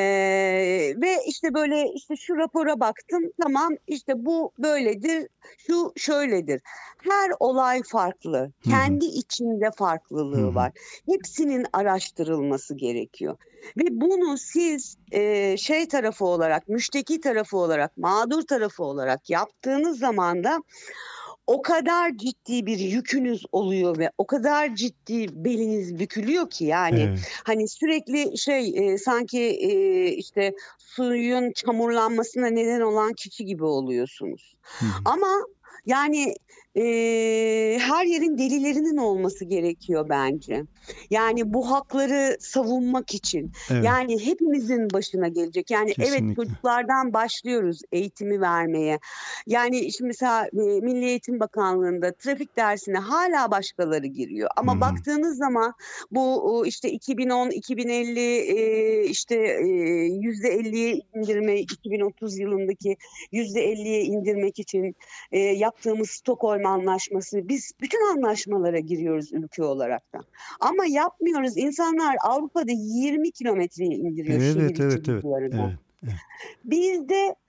ve işte böyle işte şu rapora baktım, tamam, işte bu böyledir, şu şöyledir. Her olay farklı, Hı hı. kendi içinde Hı farklılığı hı. var. Hepsinin araştırılması gerekiyor. Ve bunu siz e, şey tarafı olarak, müşteki tarafı olarak, mağdur tarafı olarak yaptığınız zaman da o kadar ciddi bir yükünüz oluyor ve o kadar ciddi beliniz bükülüyor ki, yani Evet. hani sürekli şey e, sanki e, işte suyun çamurlanmasına neden olan kişi gibi oluyorsunuz. Hı hı. Ama yani e, her yerin delilerinin olması gerekiyor bence. Yani bu hakları savunmak için. Evet. Yani hepimizin başına gelecek. Yani evet, Kesinlikle. çocuklardan başlıyoruz eğitimi vermeye. Yani şimdi mesela e, Milli Eğitim Bakanlığı'nda trafik dersine hala başkaları giriyor. Ama Hı hı. baktığınız zaman bu o, işte iki bin on iki bin elli e, işte e, yüzde elliye indirme, iki bin otuz yılındaki yüzde elliye indirmek için e, yaptığımız Stockholm Anlaşması, biz bütün anlaşmalara giriyoruz ülke olarak da. Ama yapmıyoruz. İnsanlar Avrupa'da yirmi kilometreye indiriyor şehir Evet, içi evet, evet. hızlarını. Evet. Evet. Bizde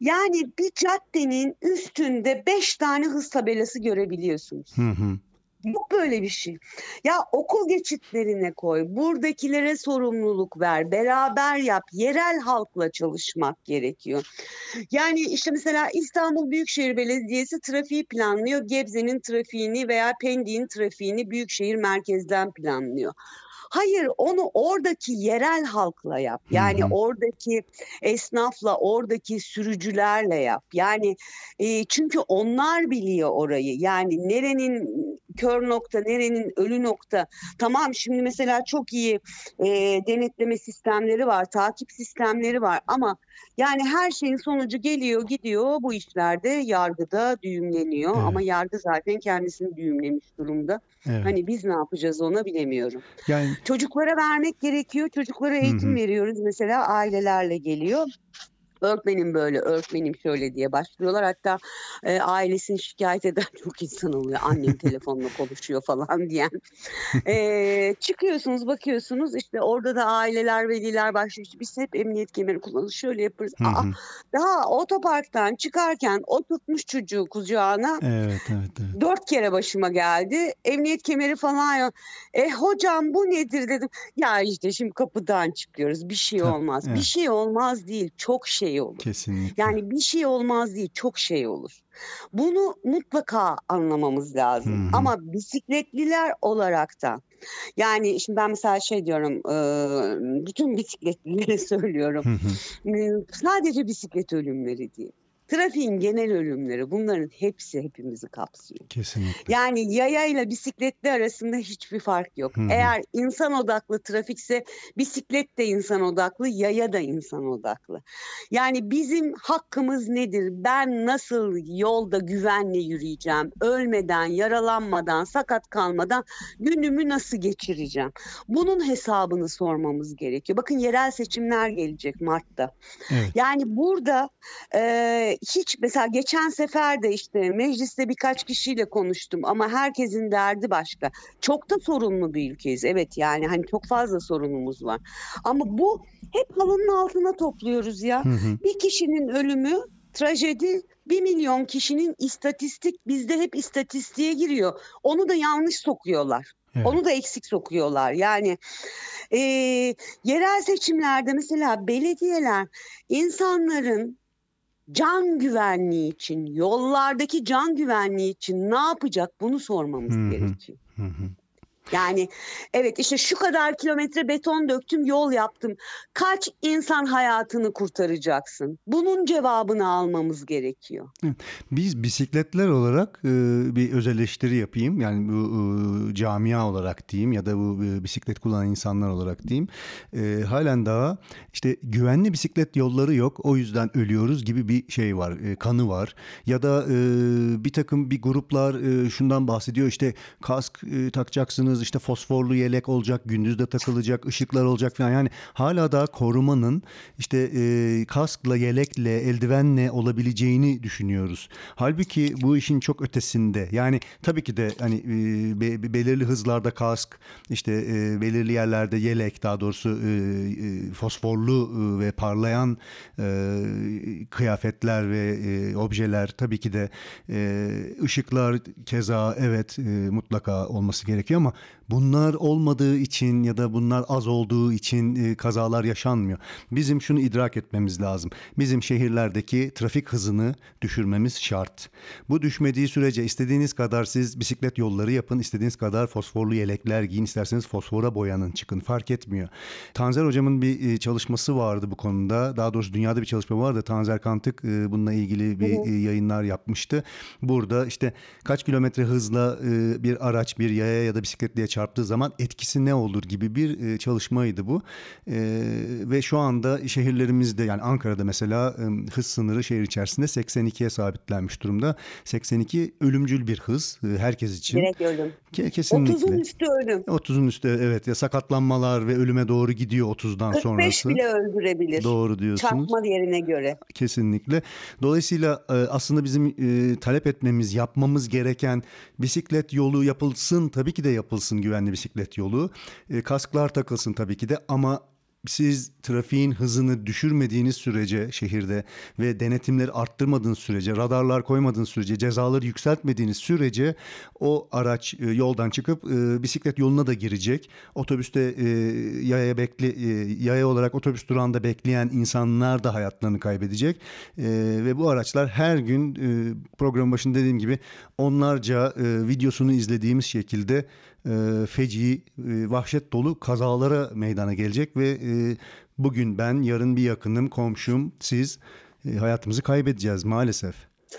Yani bir caddenin üstünde beş tane hız tabelası görebiliyorsunuz. Hı hı. Yok böyle bir şey. Ya okul geçitlerine koy, buradakilere sorumluluk ver, beraber yap, yerel halkla çalışmak gerekiyor. Yani işte mesela İstanbul Büyükşehir Belediyesi trafiği planlıyor, Gebze'nin trafiğini veya Pendik'in trafiğini büyükşehir merkezden planlıyor. Hayır, onu oradaki yerel halkla yap. Yani Hı hı. oradaki esnafla, oradaki sürücülerle yap. Yani e, çünkü onlar biliyor orayı. Yani nerenin kör nokta, nerenin ölü nokta. Tamam, şimdi mesela çok iyi e, denetleme sistemleri var, takip sistemleri var ama yani her şeyin sonucu geliyor gidiyor bu işlerde yargıda düğümleniyor Evet. ama yargı zaten kendisini düğümlemiş durumda. Evet. Hani biz ne yapacağız ona bilemiyorum. Yani Çocuklara vermek gerekiyor. Çocuklara hı eğitim hı. veriyoruz. Mesela ailelerle geliyor. Öğretmenim böyle, öğretmenim şöyle diye başlıyorlar. Hatta e, ailesini şikayet eden çok insan oluyor. Annem telefonla konuşuyor falan diyen. E, çıkıyorsunuz, bakıyorsunuz işte orada da aileler, veliler başlıyor. İşte biz hep emniyet kemeri kullanırız, şöyle yaparız. Hı Aa, hı. daha otoparktan çıkarken o tutmuş çocuğu kucağına. Evet, evet, evet. Dört kere başıma geldi. Emniyet kemeri falan yok. E hocam bu nedir dedim. Ya işte şimdi kapıdan çıkıyoruz. Bir şey Tabii, olmaz. Bir evet, şey olmaz değil. Çok şey olur. kesinlikle. Yani bir şey olmaz değil. Çok şey olur. Bunu mutlaka anlamamız Hı lazım. hı. Ama bisikletliler olarak da yani şimdi ben mesela şey diyorum e, bütün bisikletlilere söylüyorum. Hı hı. E, Sadece bisiklet ölümleri değil. Trafiğin genel ölümleri bunların hepsi hepimizi kapsıyor. Kesinlikle. Yani yaya ile bisikletli arasında hiçbir fark yok. Hı hı. Eğer insan odaklı trafikse bisiklet de insan odaklı, yaya da insan odaklı. Yani bizim hakkımız nedir? Ben nasıl yolda güvenle yürüyeceğim? Ölmeden, yaralanmadan, sakat kalmadan günümü nasıl geçireceğim? Bunun hesabını sormamız gerekiyor. Bakın yerel seçimler gelecek Mart'ta. Evet. Yani burada e, hiç mesela geçen sefer de işte mecliste birkaç kişiyle konuştum ama herkesin derdi başka. Çok da sorunlu bir ülkeyiz. Evet yani hani çok fazla sorunumuz var. Ama bu hep halının altına topluyoruz ya. Hı hı. Bir kişinin ölümü trajedi, bir milyon kişinin istatistik bizde hep istatistiğe giriyor. Onu da yanlış sokuyorlar. Evet. Onu da eksik sokuyorlar. Yani e, yerel seçimlerde mesela belediyeler insanların can güvenliği için, yollardaki can güvenliği için ne yapacak bunu sormamız Hı hı. gerekiyor. Hı hı. Yani evet işte şu kadar kilometre beton döktüm, yol yaptım. Kaç insan hayatını kurtaracaksın? Bunun cevabını almamız gerekiyor. Biz bisikletler olarak e, bir öz eleştiri yapayım. Yani bu e, camia olarak diyeyim ya da bu e, bisiklet kullanan insanlar olarak diyeyim. E, halen daha işte güvenli bisiklet yolları yok. O yüzden ölüyoruz gibi bir şey var. E, kanı var. Ya da e, bir takım bir gruplar e, şundan bahsediyor. İşte kask e, takacaksınız. İşte fosforlu yelek olacak. Gündüz de takılacak. Işıklar olacak falan. Yani hala daha korumanın işte e, kaskla, yelekle, eldivenle olabileceğini düşünüyoruz. Halbuki bu işin çok ötesinde. Yani tabii ki de hani e, be- belirli hızlarda kask, işte e, belirli yerlerde yelek, daha doğrusu e, e, fosforlu e, ve parlayan e, kıyafetler ve e, objeler, tabii ki de e, ışıklar keza evet e, mutlaka olması gerekiyor ama bunlar olmadığı için ya da bunlar az olduğu için e, kazalar yaşanmıyor. Bizim şunu idrak etmemiz lazım. Bizim şehirlerdeki trafik hızını düşürmemiz şart. Bu düşmediği sürece istediğiniz kadar siz bisiklet yolları yapın, istediğiniz kadar fosforlu yelekler giyin, isterseniz fosfora boyanın, çıkın, fark etmiyor. Tanzer hocamın bir e, çalışması vardı bu konuda. Daha doğrusu dünyada bir çalışma vardı. Tanzer Kantık e, bununla ilgili bir e, yayınlar yapmıştı. Burada işte kaç kilometre hızla e, bir araç bir yaya ya da bisikletliye çarptığı zaman etkisi ne olur gibi bir e, çalışmaydı bu. E, ve şu anda şehirlerimizde, yani Ankara'da mesela e, hız sınırı şehir içerisinde seksen ikiye sabitlenmiş durumda. seksen iki ölümcül bir hız e, herkes için. Direkt ölüm. Ke- kesinlikle. otuzun üstü ölüm. otuzun üstü evet, ya sakatlanmalar ve ölüme doğru gidiyor otuzdan kırk beş sonrası. bile öldürebilir. Doğru diyorsunuz. Çarpma yerine göre. Kesinlikle. Dolayısıyla e, aslında bizim e, talep etmemiz, yapmamız gereken bisiklet yolu yapılsın. Tabii ki de yapılsın güvenli bisiklet yolu. E, Kasklar takılsın tabii ki de ama siz trafiğin hızını düşürmediğiniz sürece şehirde ve denetimleri arttırmadığınız sürece, radarlar koymadığınız sürece, cezaları yükseltmediğiniz sürece o araç e, yoldan çıkıp e, bisiklet yoluna da girecek. Otobüste e, yaya bekle e, yaya olarak otobüs durağında bekleyen insanlar da hayatlarını kaybedecek. E, ve bu araçlar her gün e, programın başında dediğim gibi onlarca e, videosunu izlediğimiz şekilde e, feci, e, vahşet dolu kazalara meydana gelecek ve e, bugün ben, yarın bir yakınım, komşum, siz e, hayatımızı kaybedeceğiz maalesef.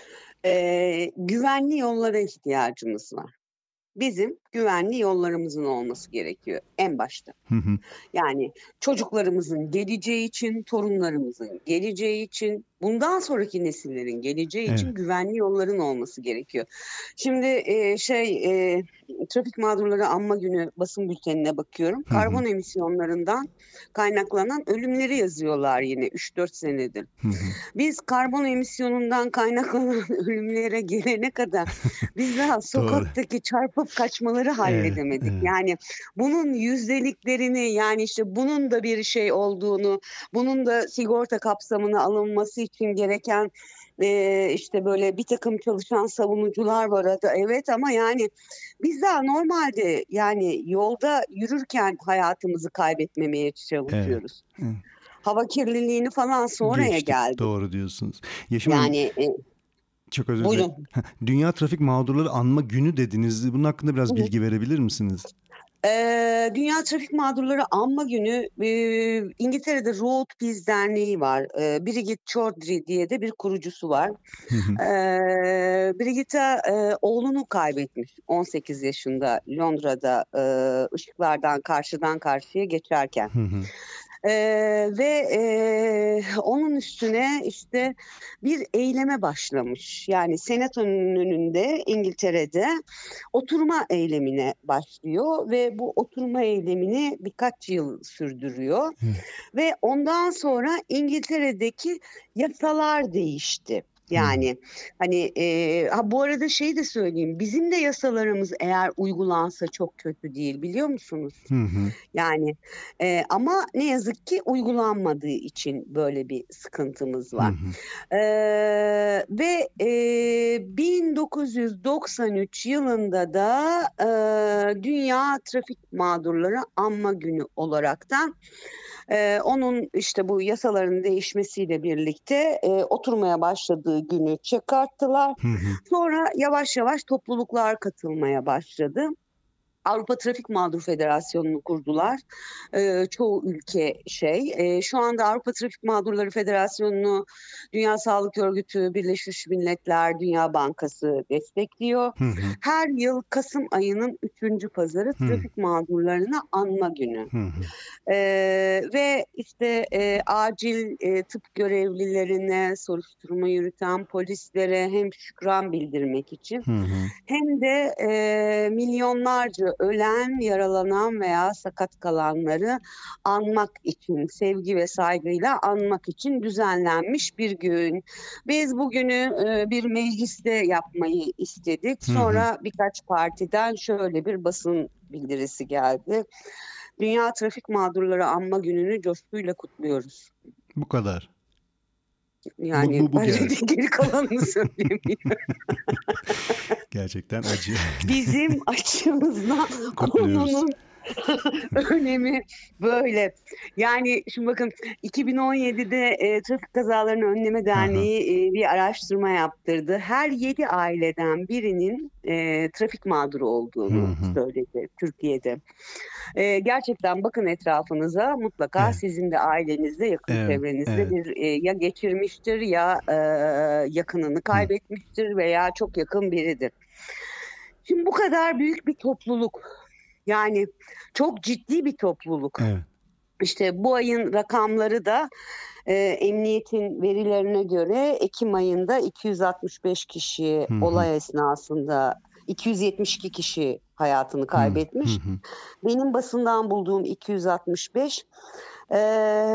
Ee, güvenli yollara ihtiyacımız var. Bizim güvenli yollarımızın olması gerekiyor en başta. Hı hı. Yani çocuklarımızın geleceği için, torunlarımızın geleceği için, bundan sonraki nesillerin geleceği için Evet. güvenli yolların olması gerekiyor. Şimdi e, şey e, Trafik Mağdurları Anma Günü basın bültenine bakıyorum. Hı hı. Karbon emisyonlarından kaynaklanan ölümleri yazıyorlar yine üç dört senedir. Hı hı. Biz karbon emisyonundan kaynaklanan ölümlere gelene kadar biz daha sokaktaki çarpıp kaçmaları halledemedik. evet. Yani bunun yüzdeliklerini, yani işte bunun da bir şey olduğunu, bunun da sigorta kapsamına alınması için gereken e, işte böyle bir takım çalışan savunucular var adı, evet, ama yani biz daha normalde yani yolda yürürken hayatımızı kaybetmemeye çalışıyoruz. Evet. Hava kirliliğini falan sonraya Geçtik. geldi. Doğru diyorsunuz. Yeşim Hanım, Yani e, çok özür dilerim. buyurun. Dünya Trafik Mağdurları Anma Günü dediniz. Bunun hakkında biraz Hı hı. bilgi verebilir misiniz? Ee, Dünya Trafik Mağdurları Anma Günü, e, İngiltere'de Road Peace Derneği var. E, Brigid Chaudhry diye de bir kurucusu var. Hı hı. E, Brigid'a e, oğlunu kaybetmiş on sekiz yaşında Londra'da e, ışıklardan karşıdan karşıya geçerken. Hı hı. Ee, ve e, onun üstüne işte bir eyleme başlamış. Yani senatonun önünde İngiltere'de oturma eylemine başlıyor ve bu oturma eylemini birkaç yıl sürdürüyor. Evet. Ve ondan sonra İngiltere'deki yasalar değişti. Yani hani e, ha bu arada şey de söyleyeyim, bizim de yasalarımız eğer uygulansa çok kötü değil, biliyor musunuz? Hı hı. Yani e, ama ne yazık ki uygulanmadığı için böyle bir sıkıntımız Hı var. hı. E, ve e, bin dokuz yüz doksan üç yılında da e, Dünya Trafik Mağdurları Anma Günü olaraktan e, onun işte bu yasaların değişmesiyle birlikte e, oturmaya başladığı günü çıkarttılar. Hı hı. Sonra yavaş yavaş topluluklar katılmaya başladı. Avrupa Trafik Mağdur Federasyonu'nu kurdular. Ee, çoğu ülke şey. Ee, şu anda Avrupa Trafik Mağdurları Federasyonu'nu Dünya Sağlık Örgütü, Birleşmiş Milletler, Dünya Bankası destekliyor. Hı hı. Her yıl Kasım ayının üçüncü pazarı Hı. trafik mağdurlarına anma günü. Hı hı. Ee, ve işte e, acil e, tıp görevlilerine, soruşturma yürüten polislere hem şükran bildirmek için Hı hı. hem de e, milyonlarca ölen, yaralanan veya sakat kalanları anmak için, sevgi ve saygıyla anmak için düzenlenmiş bir gün. Biz bugünü e, bir mecliste yapmayı istedik. Hı hı. Sonra birkaç partiden şöyle bir basın bildirisi geldi. Dünya Trafik Mağdurları Anma Günü'nü coşkuyla kutluyoruz. Bu kadar. Yani Bu- bu- bu başka geldi. bir geri kalanını söyleyeyim. Gerçekten acı. Bizim açımızdan Kutluyoruz. konunun önemi böyle. Yani şimdi bakın, iki bin on yedide e, Trafik Kazalarını Önleme Derneği e, bir araştırma yaptırdı. Her yedi aileden birinin e, trafik mağduru olduğunu Hı hı. söyledi Türkiye'de. E, gerçekten bakın etrafınıza, mutlaka Evet. sizin de ailenizde, yakın Evet, çevrenizde evet. bir e, ya geçirmiştir ya e, yakınını kaybetmiştir veya çok yakın biridir. Şimdi bu kadar büyük bir topluluk, yani çok ciddi bir topluluk. Evet. İşte bu ayın rakamları da e, emniyetin verilerine göre Ekim ayında iki yüz altmış beş kişi Hı hı. olay esnasında, iki yüz yetmiş iki kişi hayatını Hı kaybetmiş. hı. Benim basından bulduğum iki yüz altmış beş. E,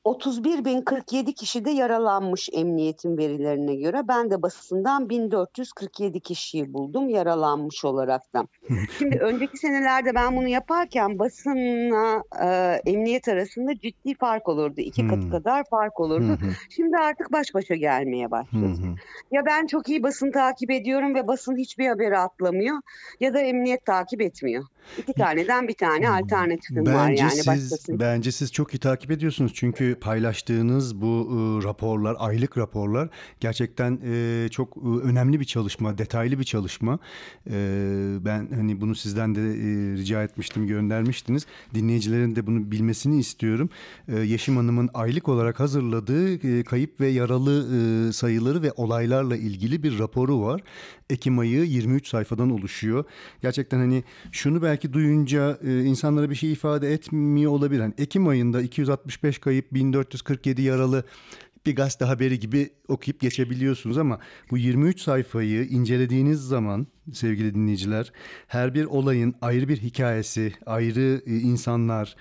otuz bir bin kırk yedi kişi de yaralanmış emniyetin verilerine göre. Ben de basından bin dört yüz kırk yedi kişiyi buldum yaralanmış olaraktan. Şimdi önceki senelerde ben bunu yaparken basınla e, emniyet arasında ciddi fark olurdu. İki katı Hmm. kadar fark olurdu. Hı hı. Şimdi artık baş başa gelmeye Hı başladı. hı. Ya ben çok iyi basın takip ediyorum ve basın hiçbir haberi atlamıyor ya da emniyet takip etmiyor. İki taneden bir tane alternatifim var Bence yani siz başkası. bence siz çok iyi takip ediyorsunuz çünkü paylaştığınız bu e, raporlar, aylık raporlar gerçekten e, çok e, önemli bir çalışma, detaylı bir çalışma. E, ben hani bunu sizden de e, rica etmiştim, göndermiştiniz. Dinleyicilerin de bunu bilmesini istiyorum. E, Yeşim Hanım'ın aylık olarak hazırladığı e, kayıp ve yaralı e, sayıları ve olaylarla ilgili bir raporu var. Ekim ayı yirmi üç sayfadan oluşuyor. Gerçekten hani şunu belki duyunca e, insanlara bir şey ifade etmiyor olabilir. Hani Ekim ayında iki yüz altmış beş kayıp, bin dört yüz kırk yedi yaralı bir gazete haberi gibi okuyup geçebiliyorsunuz ama bu yirmi üç sayfayı incelediğiniz zaman sevgili dinleyiciler her bir olayın ayrı bir hikayesi, ayrı e, insanlar,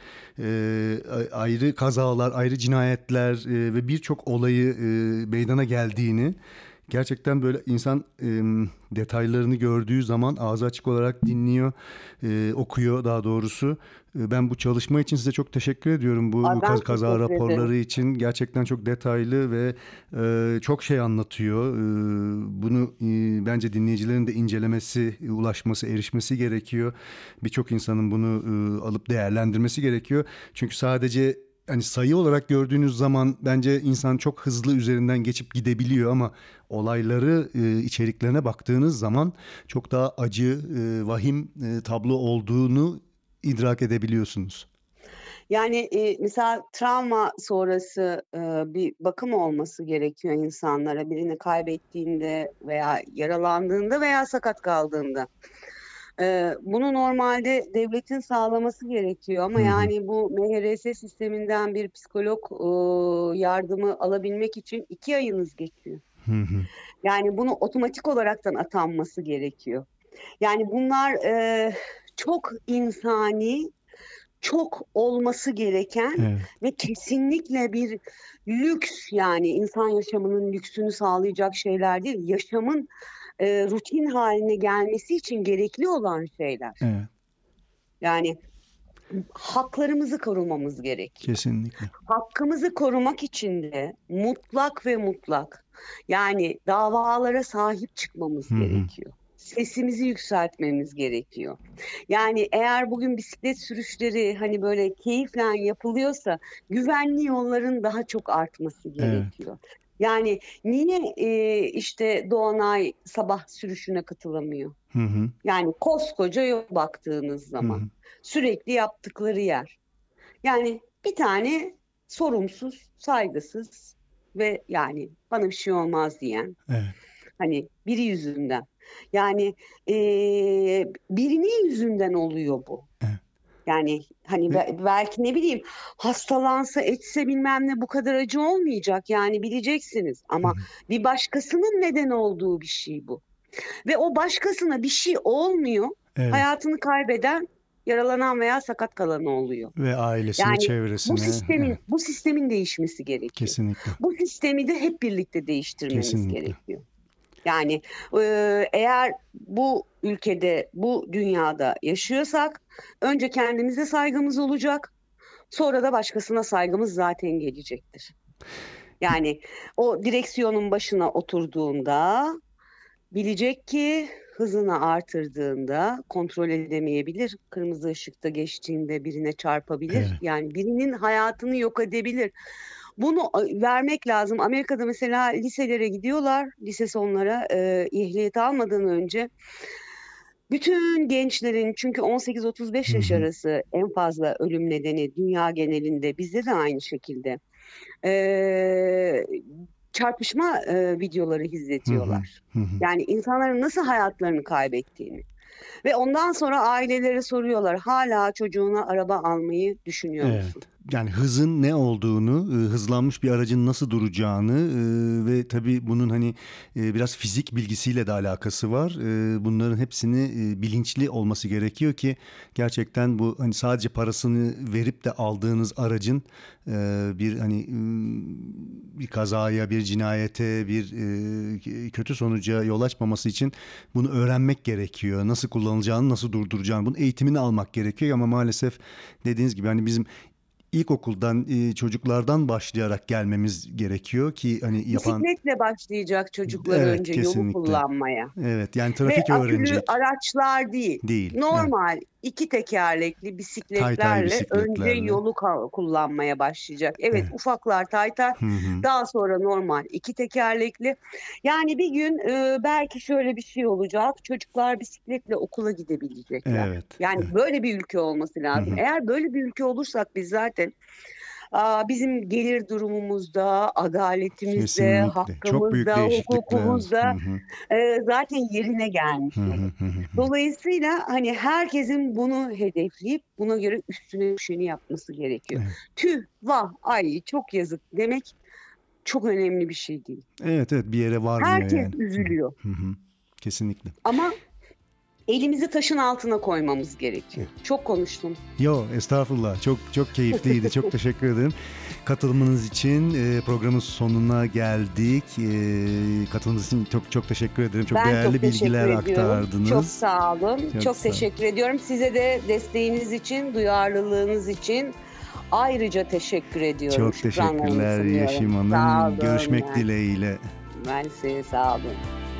e, ayrı kazalar, ayrı cinayetler e, ve birçok olayı e, meydana geldiğini gerçekten böyle insan e, detaylarını gördüğü zaman ağzı açık olarak dinliyor, e, okuyor daha doğrusu. E, ben bu çalışma için size çok teşekkür ediyorum. Bu Ay, ben kaz- kaza teşekkür ederim. raporları için gerçekten çok detaylı ve e, çok şey anlatıyor. E, bunu e, bence dinleyicilerin de incelemesi, ulaşması, erişmesi gerekiyor. Birçok insanın bunu e, alıp değerlendirmesi gerekiyor. Çünkü sadece hani sayı olarak gördüğünüz zaman bence insan çok hızlı üzerinden geçip gidebiliyor ama olayları e, içeriklerine baktığınız zaman çok daha acı, e, vahim e, tablo olduğunu idrak edebiliyorsunuz. Yani e, mesela travma sonrası e, bir bakım olması gerekiyor insanlara. Birini kaybettiğinde veya yaralandığında veya sakat kaldığında. E, bunu normalde devletin sağlaması gerekiyor ama Hı hı. yani bu M H R S sisteminden bir psikolog e, yardımı alabilmek için iki ayınız geçiyor. Hı hı. Yani bunu otomatik olaraktan atanması gerekiyor. Yani bunlar e, çok insani, çok olması gereken Evet. ve kesinlikle bir lüks, yani insan yaşamının lüksünü sağlayacak şeyler değil, yaşamın e, rutin haline gelmesi için gerekli olan şeyler. Evet. Yani haklarımızı korumamız gerekiyor. Kesinlikle. Hakkımızı korumak için de mutlak ve mutlak yani davalara sahip çıkmamız Hı hı. gerekiyor. Sesimizi yükseltmemiz gerekiyor. Yani eğer bugün bisiklet sürüşleri hani böyle keyifle yapılıyorsa güvenli yolların daha çok artması Evet. gerekiyor. Yani niye e, işte Doğanay sabah sürüşüne katılamıyor? Hı hı. Yani koskoca yol baktığınız Hı zaman hı. sürekli yaptıkları yer. Yani bir tane sorumsuz, saygısız ve yani bana bir şey olmaz diyen Evet. hani biri yüzünden. Yani eee birinin yüzünden oluyor bu. Evet. Yani hani Ve be- belki ne bileyim hastalansa etse bilmem ne bu kadar acı olmayacak yani bileceksiniz hı ama hı. bir başkasının neden olduğu bir şey bu. Ve o başkasına bir şey olmuyor, Evet. hayatını kaybeden, yaralanan veya sakat kalan oluyor. Ve ailesine, Yani bu çevresine. Evet. sistemin bu sistemin değişmesi gerekiyor. Kesinlikle. Bu sistemi de hep birlikte değiştirmemiz Kesinlikle. gerekiyor. Yani e, eğer bu ülkede, bu dünyada yaşıyorsak önce kendimize saygımız olacak, sonra da başkasına saygımız zaten gelecektir. Yani o direksiyonun başına oturduğunda bilecek ki hızını artırdığında kontrol edemeyebilir. Kırmızı ışıkta geçtiğinde birine çarpabilir. Evet. Yani birinin hayatını yok edebilir. Bunu a- vermek lazım. Amerika'da mesela liselere gidiyorlar. Lise sonlara e, ehliyet almadan önce bütün gençlerin, çünkü on sekiz otuz beş Hı yaş hı. arası en fazla ölüm nedeni dünya genelinde, bizde de aynı şekilde. E, çarpışma e, videoları Hı hı. izletiyorlar. Hı hı. Yani insanların nasıl hayatlarını kaybettiğini. Ve ondan sonra ailelere soruyorlar, hala çocuğuna araba almayı düşünüyor Evet. musun? yani hızın ne olduğunu, e, hızlanmış bir aracın nasıl duracağını e, ve tabii bunun hani e, biraz fizik bilgisiyle de alakası var. E, bunların hepsini e, bilinçli olması gerekiyor ki gerçekten bu hani sadece parasını verip de aldığınız aracın e, bir hani e, bir kazaya, bir cinayete, bir e, kötü sonuca yol açmaması için bunu öğrenmek gerekiyor. Nasıl kullanılacağını, nasıl durduracağını, bunun eğitimini almak gerekiyor ama maalesef dediğiniz gibi hani bizim ilkokuldan e, çocuklardan başlayarak gelmemiz gerekiyor ki hani yapan Bisikletle başlayacak çocuklar Evet, önce yolu kesinlikle. kullanmaya. evet yani Ve trafik akülü öğrenecek araçlar değil. değil. Evet. Normal iki tekerlekli Taytay bisikletlerle önce bisikletlerle. yolu ka- kullanmaya başlayacak. Evet, Evet. ufaklar taytay, Hı hı. daha sonra normal iki tekerlekli. Yani bir gün e, belki şöyle bir şey olacak. Çocuklar bisikletle okula gidebilecekler. Evet. Yani evet. böyle bir ülke olması lazım. Hı hı. Eğer böyle bir ülke olursak biz zaten aa, bizim gelir durumumuzda, adaletimizde, Kesinlikle. Çok büyük hakkımızda, değişiklikler. Hı hukukumuzda hı. e, zaten yerine gelmiş Hı hı olur. hı hı. Dolayısıyla hani herkesin bunu hedefleyip buna göre üstüne düşeni yapması gerekiyor. Evet. Tüh, vah, ay çok yazık demek çok önemli bir şey değil. Evet evet bir yere varmıyor Herkes yani. üzülüyor Hı hı. Kesinlikle. ama elimizi taşın altına koymamız gerekiyor. Çok konuştum. Yo estağfurullah çok çok keyifliydi çok teşekkür ederim katılımınız için. E, programın sonuna geldik. E, katılımınız için çok çok teşekkür ederim, çok Ben değerli çok teşekkür bilgiler ediyorum. aktardınız. Çok sağ olun. Çok Çok, sağ olun. teşekkür ediyorum. Size de desteğiniz için, duyarlılığınız için ayrıca teşekkür ediyorum. Çok Şükranlarımı teşekkürler sunuyorum. Yeşim Sağ Hanım. olun. Görüşmek Ben- dileğiyle. Ben size sağ olun.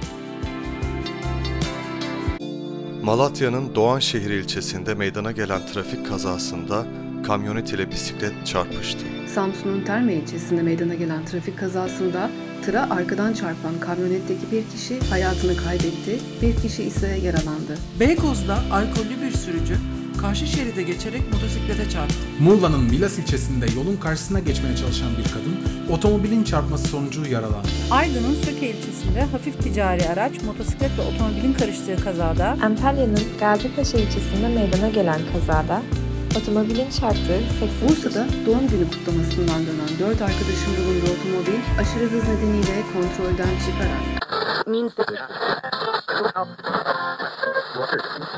Malatya'nın Doğanşehir ilçesinde meydana gelen trafik kazasında kamyonet ile bisiklet çarpıştı. Samsun'un Terme ilçesinde meydana gelen trafik kazasında tıra arkadan çarpan kamyonetteki bir kişi hayatını kaybetti, bir kişi ise yaralandı. Beykoz'da alkollü bir sürücü karşı şeride geçerek motosiklete çarptı. Muğla'nın Milas ilçesinde yolun karşısına geçmeye çalışan bir kadın otomobilin çarpması sonucu yaralandı. Aydın'ın Söke ilçesinde hafif ticari araç motosiklet ve otomobilin karıştığı kazada Antalya'nın Gazipaşa ilçesinde meydana gelen kazada otomobilin çarptığı seksen Bursa'da doğum günü kutlamasından dönen dört arkadaşın bulunduğu otomobil aşırı hız nedeniyle kontrolden çıkarak